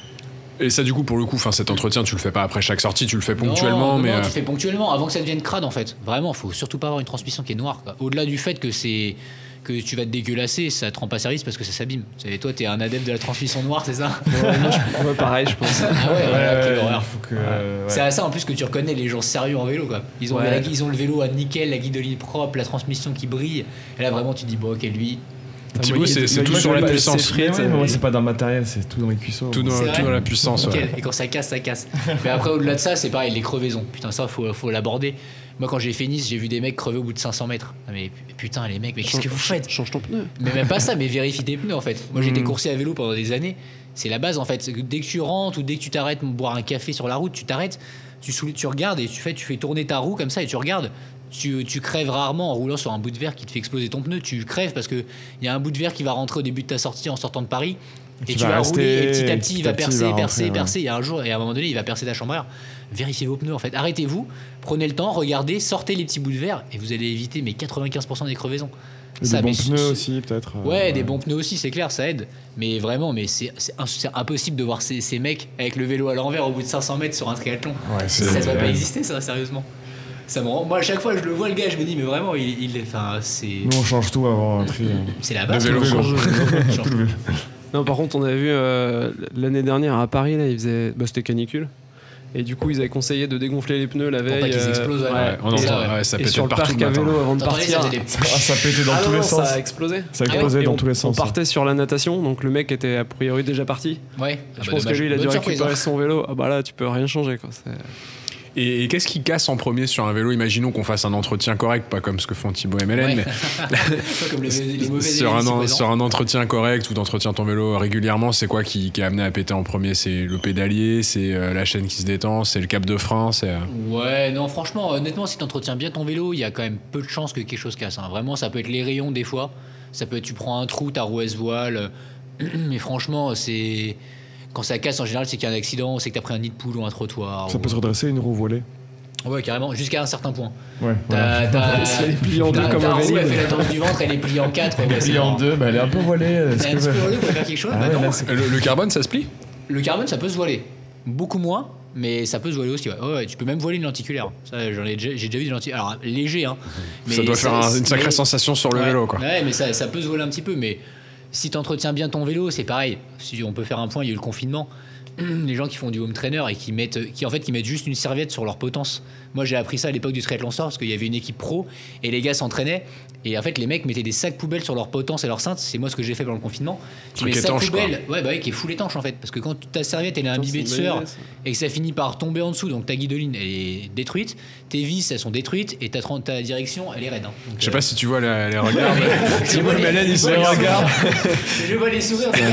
Et ça du coup pour le coup, cet entretien tu le fais pas après chaque sortie, tu le fais ponctuellement. Non, tu fais ponctuellement avant que ça devienne crade en fait. Vraiment, faut surtout pas avoir une transmission qui est noire, quoi. Au-delà du fait que tu vas te dégueulasser, ça te rend pas service parce que ça s'abîme. Toi, t'es un adepte de la transmission noire, c'est ça? Ouais, pareil, je pense. Ah ouais, quelle horreur. Ouais. C'est à ça en plus que tu reconnais les gens sérieux en vélo, quoi. Ils ont le vélo à nickel, la guidoline propre, la transmission qui brille. Et là, vraiment, tu te dis, bon, ok, lui. Thibaut, c'est tout sur la puissance. Moi, c'est pas dans le matériel, c'est tout dans les cuisseaux. Tout dans la puissance. Ouais. Et quand ça casse, ça casse. Mais après, au-delà de ça, c'est pareil, les crevaisons. Putain, ça, faut l'aborder. Moi, quand j'ai fait Nice, j'ai vu des mecs crever au bout de 500 mètres. Mais putain, les mecs, mais qu'est-ce que vous faites? Change ton pneu. Mais même pas ça, mais vérifie tes pneus en fait. Moi, j'ai été coursé à vélo pendant des années. C'est la base en fait. Dès que tu rentres ou dès que tu t'arrêtes pour boire un café sur la route, tu t'arrêtes, tu regardes et tu fais tourner ta roue comme ça et tu regardes. Tu crèves rarement en roulant sur un bout de verre qui te fait exploser ton pneu. Tu crèves parce qu'il y a un bout de verre qui va rentrer au début de ta sortie en sortant de Paris. Et tu vas rouler et petit à petit il va percer. Il y a un jour et à un moment donné il va percer ta chambre à air. Vérifiez vos pneus en fait. Arrêtez-vous, prenez le temps, regardez, sortez les petits bouts de verre et vous allez éviter 95% des crevaisons. Des bons pneus aussi peut-être. Ouais, des bons pneus aussi, c'est clair, ça aide. Mais vraiment, c'est impossible de voir ces mecs avec le vélo à l'envers au bout de 500 mètres sur un triathlon. Ouais, ça ne va pas exister, ça, sérieusement. Ça me rend... Moi, à chaque fois, je le vois, le gars, je me dis, mais vraiment, c'est... Nous, on change tout avant un tri. C'est la base. Le vélo. Non, par contre, on a vu l'année dernière à Paris, là, c'était canicule. Et du coup, ils avaient conseillé de dégonfler les pneus la veille. Pour pas qu'ils explosent. Ça et pétait sur le parc à vélo avant de partir. Ça pétait dans tous les sens. Ça a explosé. Ça a explosé dans tous les sens. On partait sur la natation, donc le mec était a priori déjà parti. Ouais. Je pense que lui, il a dû récupérer son vélo. Ah bah là, tu peux rien changer, quoi. Et qu'est-ce qui casse en premier sur un vélo? Imaginons qu'on fasse un entretien correct, pas comme ce que font Thibaut et Mélène, mais comme les mauvais sur un entretien correct où t'entretiens ton vélo régulièrement, c'est quoi qui est amené à péter en premier? C'est le pédalier, c'est la chaîne qui se détend, c'est le cap de frein, Ouais, non, franchement, honnêtement, si t'entretiens bien ton vélo, il y a quand même peu de chances que quelque chose casse. Hein. Vraiment, ça peut être les rayons des fois, ça peut être tu prends un trou, ta roue elle se voile, mais franchement, c'est... Quand ça casse, en général, c'est qu'il y a un accident, c'est que t'as pris un nid de poule ou un trottoir. Ça peut se redresser une roue voilée. Ouais, carrément, jusqu'à un certain point. Ouais. Elle est pliée en deux comme un roue, Vélib. elle fait la danse du ventre, elle est pliée en 4. Elle est pliée en 2, elle est un peu voilée. Elle est un petit peu voilée, vous pouvez faire quelque chose. Ah ouais, non. là, c'est- Le carbone, ça se plie? Le carbone, ça peut se voiler. Beaucoup moins, mais ça peut se voiler aussi. Ouais, tu peux même voiler une lenticulaire. Ça, j'ai déjà vu des lenticulaires. Alors, léger, hein. Mais Ça doit faire une sacrée mais- sensation sur le vélo, quoi. Ouais, mais ça peut se voiler un petit peu. Mais si tu entretiens bien ton vélo, c'est pareil. Si on peut faire un point, il y a eu le confinement. Les gens qui font du home trainer et qui mettent juste une serviette sur leur potence. Moi, j'ai appris ça à l'époque du triathlon sport parce qu'il y avait une équipe pro et les gars s'entraînaient. Et en fait, les mecs mettaient des sacs poubelles sur leur potence et leur cintre. C'est moi ce que j'ai fait pendant le confinement. Tu Truc mets sac étanche, poubelle, ouais, qui est full étanche en fait. Parce que quand ta serviette elle est imbibée de c'est une bonne sueur idée, ça. et que ça finit par tomber en dessous, donc ta guidoline elle est détruite, tes vis elles sont détruites et ta direction elle est raide. Hein. Donc, Je sais pas si tu vois les regards. je vois les regarde. Je vois les sourires. Merde.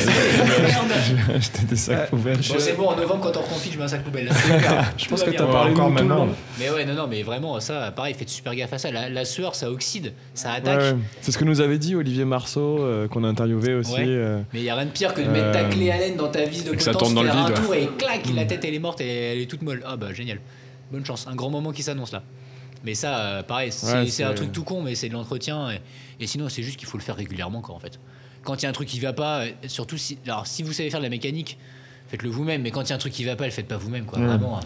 J'ai acheté des sacs poubelles. Bon, c'est bon, en novembre, quand on reconfine, je mets un sac poubelle. Je pense que bien. t'as parlé encore de nous tout le maintenant. long. Mais ouais, non, mais vraiment, ça, pareil, faites super gaffe à ça. La sueur, ça oxyde, ça Ouais, attaque. ouais. C'est ce que nous avait dit Olivier Marceau, qu'on a interviewé aussi. Ouais. Mais il y a rien de pire que de mettre ta clé à laine dans ta vis de que ça potence, tourne dans le faire un vide, tour et clac, la tête elle est morte et elle est toute molle. Ah bah génial. Bonne chance, un grand moment qui s'annonce là. Mais ça, pareil, c'est un truc tout con, mais c'est de l'entretien. Et sinon, c'est juste qu'il faut le faire régulièrement, quoi, en fait. Quand il y a un truc qui va pas, surtout si vous savez faire de la mécanique, faites-le vous-même. Mais quand il y a un truc qui va pas, le faites pas vous-même, quoi. Vraiment.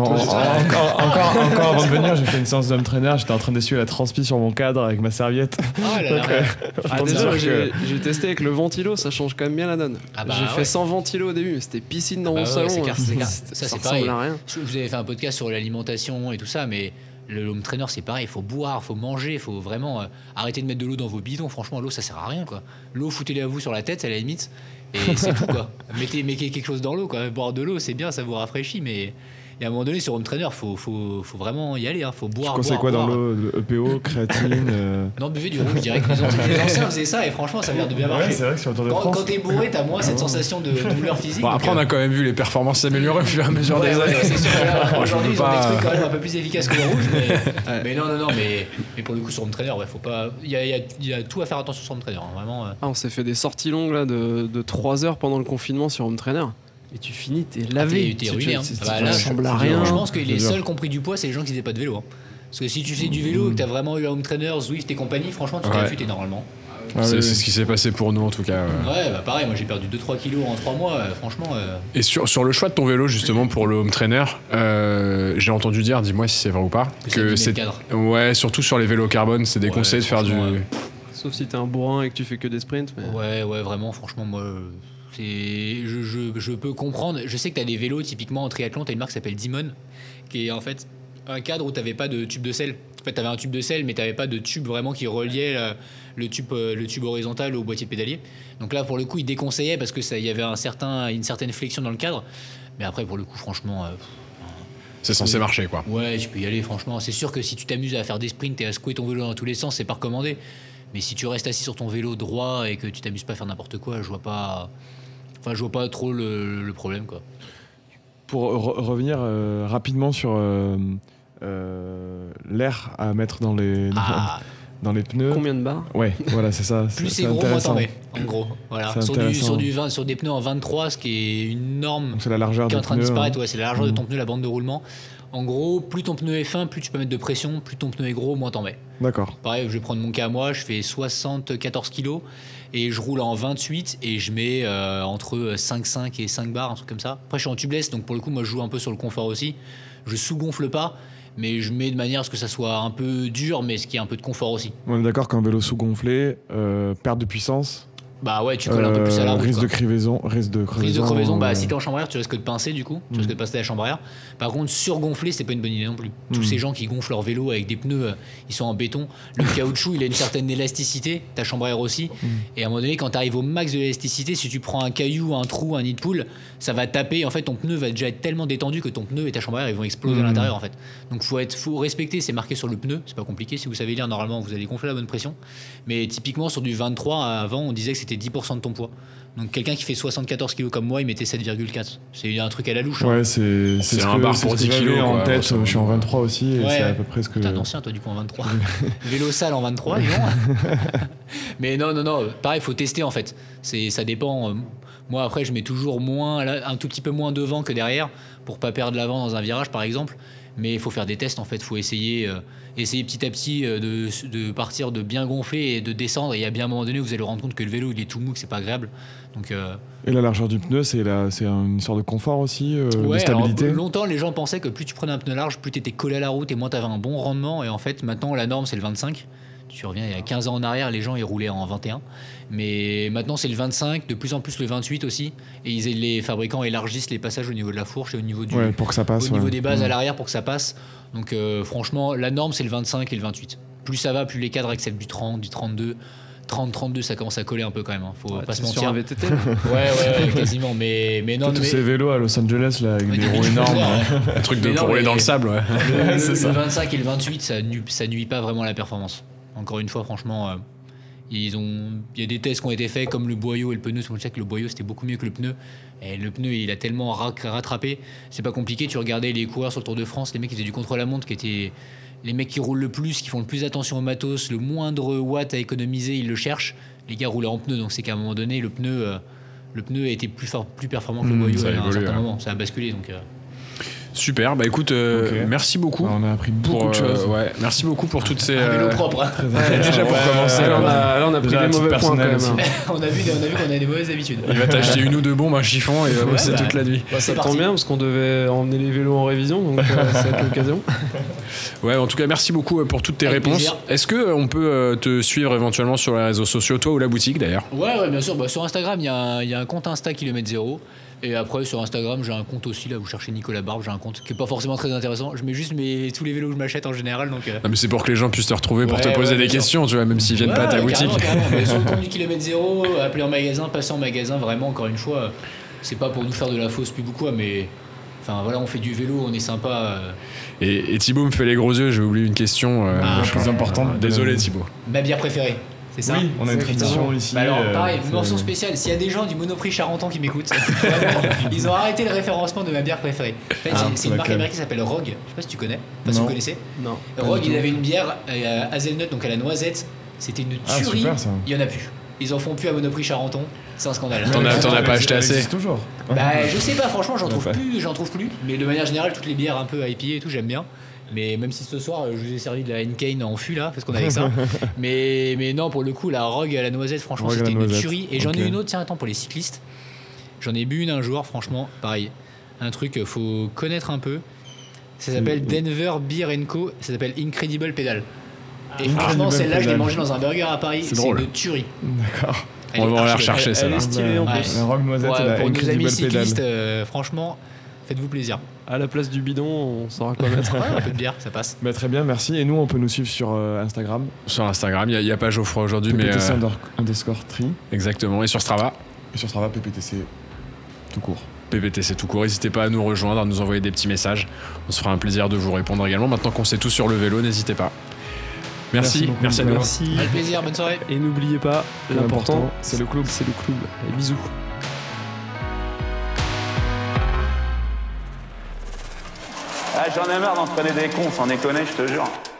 Encore avant de venir, j'ai fait une séance d'home trainer. J'étais en train d'essuyer la transpi sur mon cadre avec ma serviette. Oh là là. Ah, Pour désolé, dire j'ai testé avec le ventilo, ça change quand même bien la donne. Ah bah J'ai ouais. fait sans ventilo au début, mais c'était piscine dans Ah mon bah ouais, salon. c'est clair, c'est clair. Ça Ça, c'est ressemble pareil. à rien. Vous avez fait un podcast sur l'alimentation et tout ça, mais le home trainer, c'est pareil. Il faut boire, il faut manger, il faut vraiment arrêter de mettre de l'eau dans vos bidons. Franchement, l'eau, ça sert à rien, quoi. L'eau, foutez-la à vous sur la tête, à la limite, et c'est tout, quoi. Mettez quelque chose dans l'eau, quoi. Boire de l'eau, c'est bien, ça vous rafraîchit, mais à un moment donné, sur home trainer, faut vraiment y aller. Hein. Faut Tu boire. conseilles quoi dans l'eau? Le EPO, créatine Non, buvez du rouge, je dirais que les anciens faisaient ça, et franchement, ça a l'air de bien marcher. Ouais, c'est vrai que sur le Tour de Quand France. t'es bourré, t'as moins cette sensation de douleur physique. Bon, après, on a quand même vu les performances s'améliorer au fur et à mesure des années. c'est sûr que là, Moi, je aujourd'hui, veux ils ont des pas- trucs quand même un peu plus efficaces que le rouge, mais non, mais pour le coup, sur home trainer, ouais, faut pas. Il y a tout à faire attention sur home trainer, hein, vraiment. Ah, on s'est fait des sorties longues là de 3 heures pendant le confinement sur home trainer. Et tu finis, t'es lavé. T'es ruiné, hein. Ah bah, là, Ça ressemble à rien. Je pense que les dur. seuls qui ont pris du poids, c'est les gens qui faisaient pas de vélo. Hein. Parce que si tu fais du vélo et que t'as vraiment eu un home trainer, Zwift et compagnie, franchement, tu t'es Ouais. affûté normalement. C'est ce qui s'est passé pour nous, en tout cas. Ouais, bah pareil, moi j'ai perdu 2-3 kilos en 3 mois, franchement. Et sur le choix de ton vélo, justement, pour le home trainer, j'ai entendu dire, dis-moi si c'est vrai ou pas, Que ça abîme le cadre. Ouais, surtout sur les vélos carbone, c'est déconseillé de faire du. franchement, Sauf si t'es un bourrin et que tu fais que des sprints. Mais... Ouais, vraiment, franchement, moi, je peux comprendre. Je sais que t'as des vélos, typiquement en triathlon, t'as une marque qui s'appelle Dimon, qui est en fait un cadre où t'avais pas de tube de selle. En fait, t'avais un tube de selle, mais t'avais pas de tube vraiment qui reliait le tube horizontal au boîtier de pédalier. Donc là, pour le coup, ils déconseillaient parce que il y avait une certaine flexion dans le cadre. Mais après, pour le coup, franchement. C'est censé marcher, quoi. Ouais, tu peux y aller, franchement. C'est sûr que si tu t'amuses à faire des sprints et à secouer ton vélo dans tous les sens, c'est pas recommandé. Mais si tu restes assis sur ton vélo droit et que tu t'amuses pas à faire n'importe quoi, je vois pas trop le problème, quoi. Pour revenir rapidement sur l'air à mettre dans les pneus. Combien de barres? Ouais, voilà, c'est ça. Plus c'est c'est gros, moins intéressant. t'en mets. En gros, voilà. C'est Sur intéressant. sur des pneus en 23, ce qui est une norme Donc c'est la largeur qui est des en train de pneus, disparaître. hein. Ouais, c'est la largeur de ton pneu, la bande de roulement. En gros, plus ton pneu est fin, plus tu peux mettre de pression, plus ton pneu est gros, moins t'en mets. D'accord. Pareil, je vais prendre mon cas à moi, je fais 74 kilos et je roule en 28 et je mets entre 5,5 et 5 bars, un truc comme ça. Après, je suis en tubeless, donc pour le coup, moi, je joue un peu sur le confort aussi. Je sous-gonfle pas, mais je mets de manière à ce que ça soit un peu dur, mais ce qui est un peu de confort aussi. On est d'accord qu'un vélo sous-gonflé, perte de puissance, Bah ouais, tu colles un peu plus à la route. risque quoi. de crevaison. Risque de Crevaison, bah si t'es en chambre à air, tu risques de pincer du coup, tu risques de passer à la chambre à air. Par contre, surgonfler, c'est pas une bonne idée non plus. Tous ces gens qui gonflent leur vélo avec des pneus, ils sont en béton. Le caoutchouc, il a une certaine élasticité, ta chambre à air aussi. Et à un moment donné, quand t'arrives au max de l'élasticité, si tu prends un caillou, un trou, un nid de poule, ça va taper. En fait, ton pneu va déjà être tellement détendu que ton pneu et ta chambre à air, ils vont exploser à l'intérieur en fait. Donc faut respecter, c'est marqué sur le pneu, c'est pas compliqué. Si vous savez lire, normalement, vous allez gonfler à la bonne pression. Mais typiquement, sur du 23, avant, on disait que c'était 10% de ton poids. Donc quelqu'un qui fait 74 kg comme moi, il mettait 7,4. C'est un truc à la louche. Hein. Ouais, c'est ce un que- bar c'est pour ce que 10 j'avais kilos, en quoi. tête. Ça, Je suis en 23 aussi, et Ouais. c'est à peu près ce que. T'es un ancien toi du coup en 23. Vélo sale en 23, dis donc. Mais non, pareil, faut tester en fait. Ça dépend. Moi après, je mets toujours un tout petit peu moins devant que derrière pour pas perdre l'avant dans un virage par exemple. Mais il faut faire des tests en fait, il faut essayer petit à petit de partir de bien gonfler et de descendre. Et il y a bien un moment donné où vous allez vous rendre compte que le vélo il est tout mou, que c'est pas agréable. Donc, Et la largeur du pneu, c'est une histoire de confort aussi, de stabilité. Alors, longtemps les gens pensaient que plus tu prenais un pneu large, plus tu étais collé à la route et moins tu avais un bon rendement. Et en fait maintenant la norme c'est le 25. Tu reviens il y a 15 ans en arrière, les gens ils roulaient en 21. Mais maintenant c'est le 25, de plus en plus le 28 aussi. Et les fabricants élargissent les passages au niveau de la fourche et au niveau, pour que ça passe, au niveau des bases à l'arrière pour que ça passe. Donc franchement, la norme c'est le 25 et le 28. Plus ça va, plus les cadres acceptent du 30, du 32. 30-32, ça commence à coller un peu quand même. Faut pas se mentir. Sur un VTT. ouais, quasiment. Mais non. Tous ces vélos à Los Angeles là, avec des roues énormes. Un truc pour rouler dans le sable, ouais. Le 25 et le 28, ça nuit pas vraiment à la performance. Encore une fois, franchement, il y a des tests qui ont été faits comme le boyau et le pneu. On sait que le boyau c'était beaucoup mieux que le pneu. Et le pneu, il a tellement rattrapé. C'est pas compliqué. Tu regardais les coureurs sur le Tour de France, les mecs qui faisaient du contre-la-montre, qui étaient les mecs qui roulent le plus, qui font le plus attention au matos, le moindre watt à économiser, ils le cherchent. Les gars roulaient en pneu, donc c'est qu'à un moment donné, le pneu a été plus performant que le boyau à un certain moment. Ça a basculé. Donc, Super, bah écoute, merci beaucoup. On a appris beaucoup de choses. Merci beaucoup pour toutes ces. Un vélo propre. Déjà pour commencer. Là, on a pris des mauvais points quand même. On a vu qu'on a des mauvaises habitudes. Il va t'acheter une ou deux bombes, un chiffon et il va bosser toute la nuit. Ça tombe bien parce qu'on devait emmener les vélos en révision, donc c'est l'occasion. Ouais, en tout cas, merci beaucoup pour toutes tes Avec réponses. plaisir. Est-ce qu'on peut te suivre éventuellement sur les réseaux sociaux, toi ou la boutique d'ailleurs ? Ouais, bien sûr. Sur Instagram, il y a un compte Insta Kilomètre Zéro. Et après, sur Instagram, j'ai un compte aussi, là, vous cherchez Nicolas Barbe, j'ai un compte qui est pas forcément très intéressant. Je mets juste tous les vélos que je m'achète en général. Donc, Non, mais c'est pour que les gens puissent te retrouver pour te poser des questions, tu vois, même s'ils viennent pas à ta boutique. Carrément. Mais sur le compte du Kilomètre Zéro, appelez en magasin, passez en magasin, vraiment, encore une fois, c'est pas pour nous faire de la fausse pub ou quoi, mais enfin voilà, on fait du vélo, on est sympa. Et Thibaut me fait les gros yeux, j'ai oublié une question plus importante. Désolé Thibaut. Ma bière préférée. C'est ça. Oui, on a une tradition ici. Bah alors, pareil, mention spéciale. S'il y a des gens du Monoprix Charenton qui m'écoutent, ils ont arrêté le référencement de ma bière préférée. En fait, c'est une marque américaine qui s'appelle Rogue. Je sais pas si tu connais. Pas si vous connaissez. Non. Rogue, ils avaient une bière hazelnut, donc à la noisette. C'était une tuerie. Super, ça. Il y en a plus. Ils en font plus à Monoprix Charenton. C'est un scandale. T'en as pas acheté assez. C'est toujours. Bah, je sais pas, franchement, j'en trouve plus. Mais de manière générale, toutes les bières un peu IPA et tout, j'aime bien. Mais même si ce soir, je vous ai servi de la Hennekein en fût là, parce qu'on avait ça. mais non, pour le coup, la Rogue à la noisette, franchement, c'était une tuerie. Et j'en ai une autre, tiens, attends, pour les cyclistes. J'en ai bu une un jour, franchement, pareil. Un truc, faut connaître un peu. Ça s'appelle Denver Beer & Co. Ça s'appelle Incredible Pedal. Et franchement, celle-là, je l'ai mangée dans un burger à Paris. C'est drôle. une tuerie. D'accord. On va la rechercher Elle celle-là. est stylée en plus. La Rogue Noisette et la pour nos amis Incredible cyclistes, Pedal. franchement, faites-vous plaisir. À la place du bidon, on saura quoi mettre. Un peu de bière, ça passe. Bah, très bien, merci. Et nous, on peut nous suivre sur Instagram. Sur Instagram, il y a pas Geoffroy aujourd'hui, mais PPTC_tri. exactement. Et sur Strava, Et sur Strava, PPTC tout court. PPTC tout court. N'hésitez pas à nous rejoindre, à nous envoyer des petits messages. On se fera un plaisir de vous répondre également. Maintenant qu'on sait tout sur le vélo, n'hésitez pas. Merci beaucoup. à nous. Merci. Avec plaisir, bonne soirée. Et n'oubliez pas, l'important, c'est le club. C'est le club. Et bisous. Ah, j'en ai marre d'entraîner des cons, sans déconner, je te jure.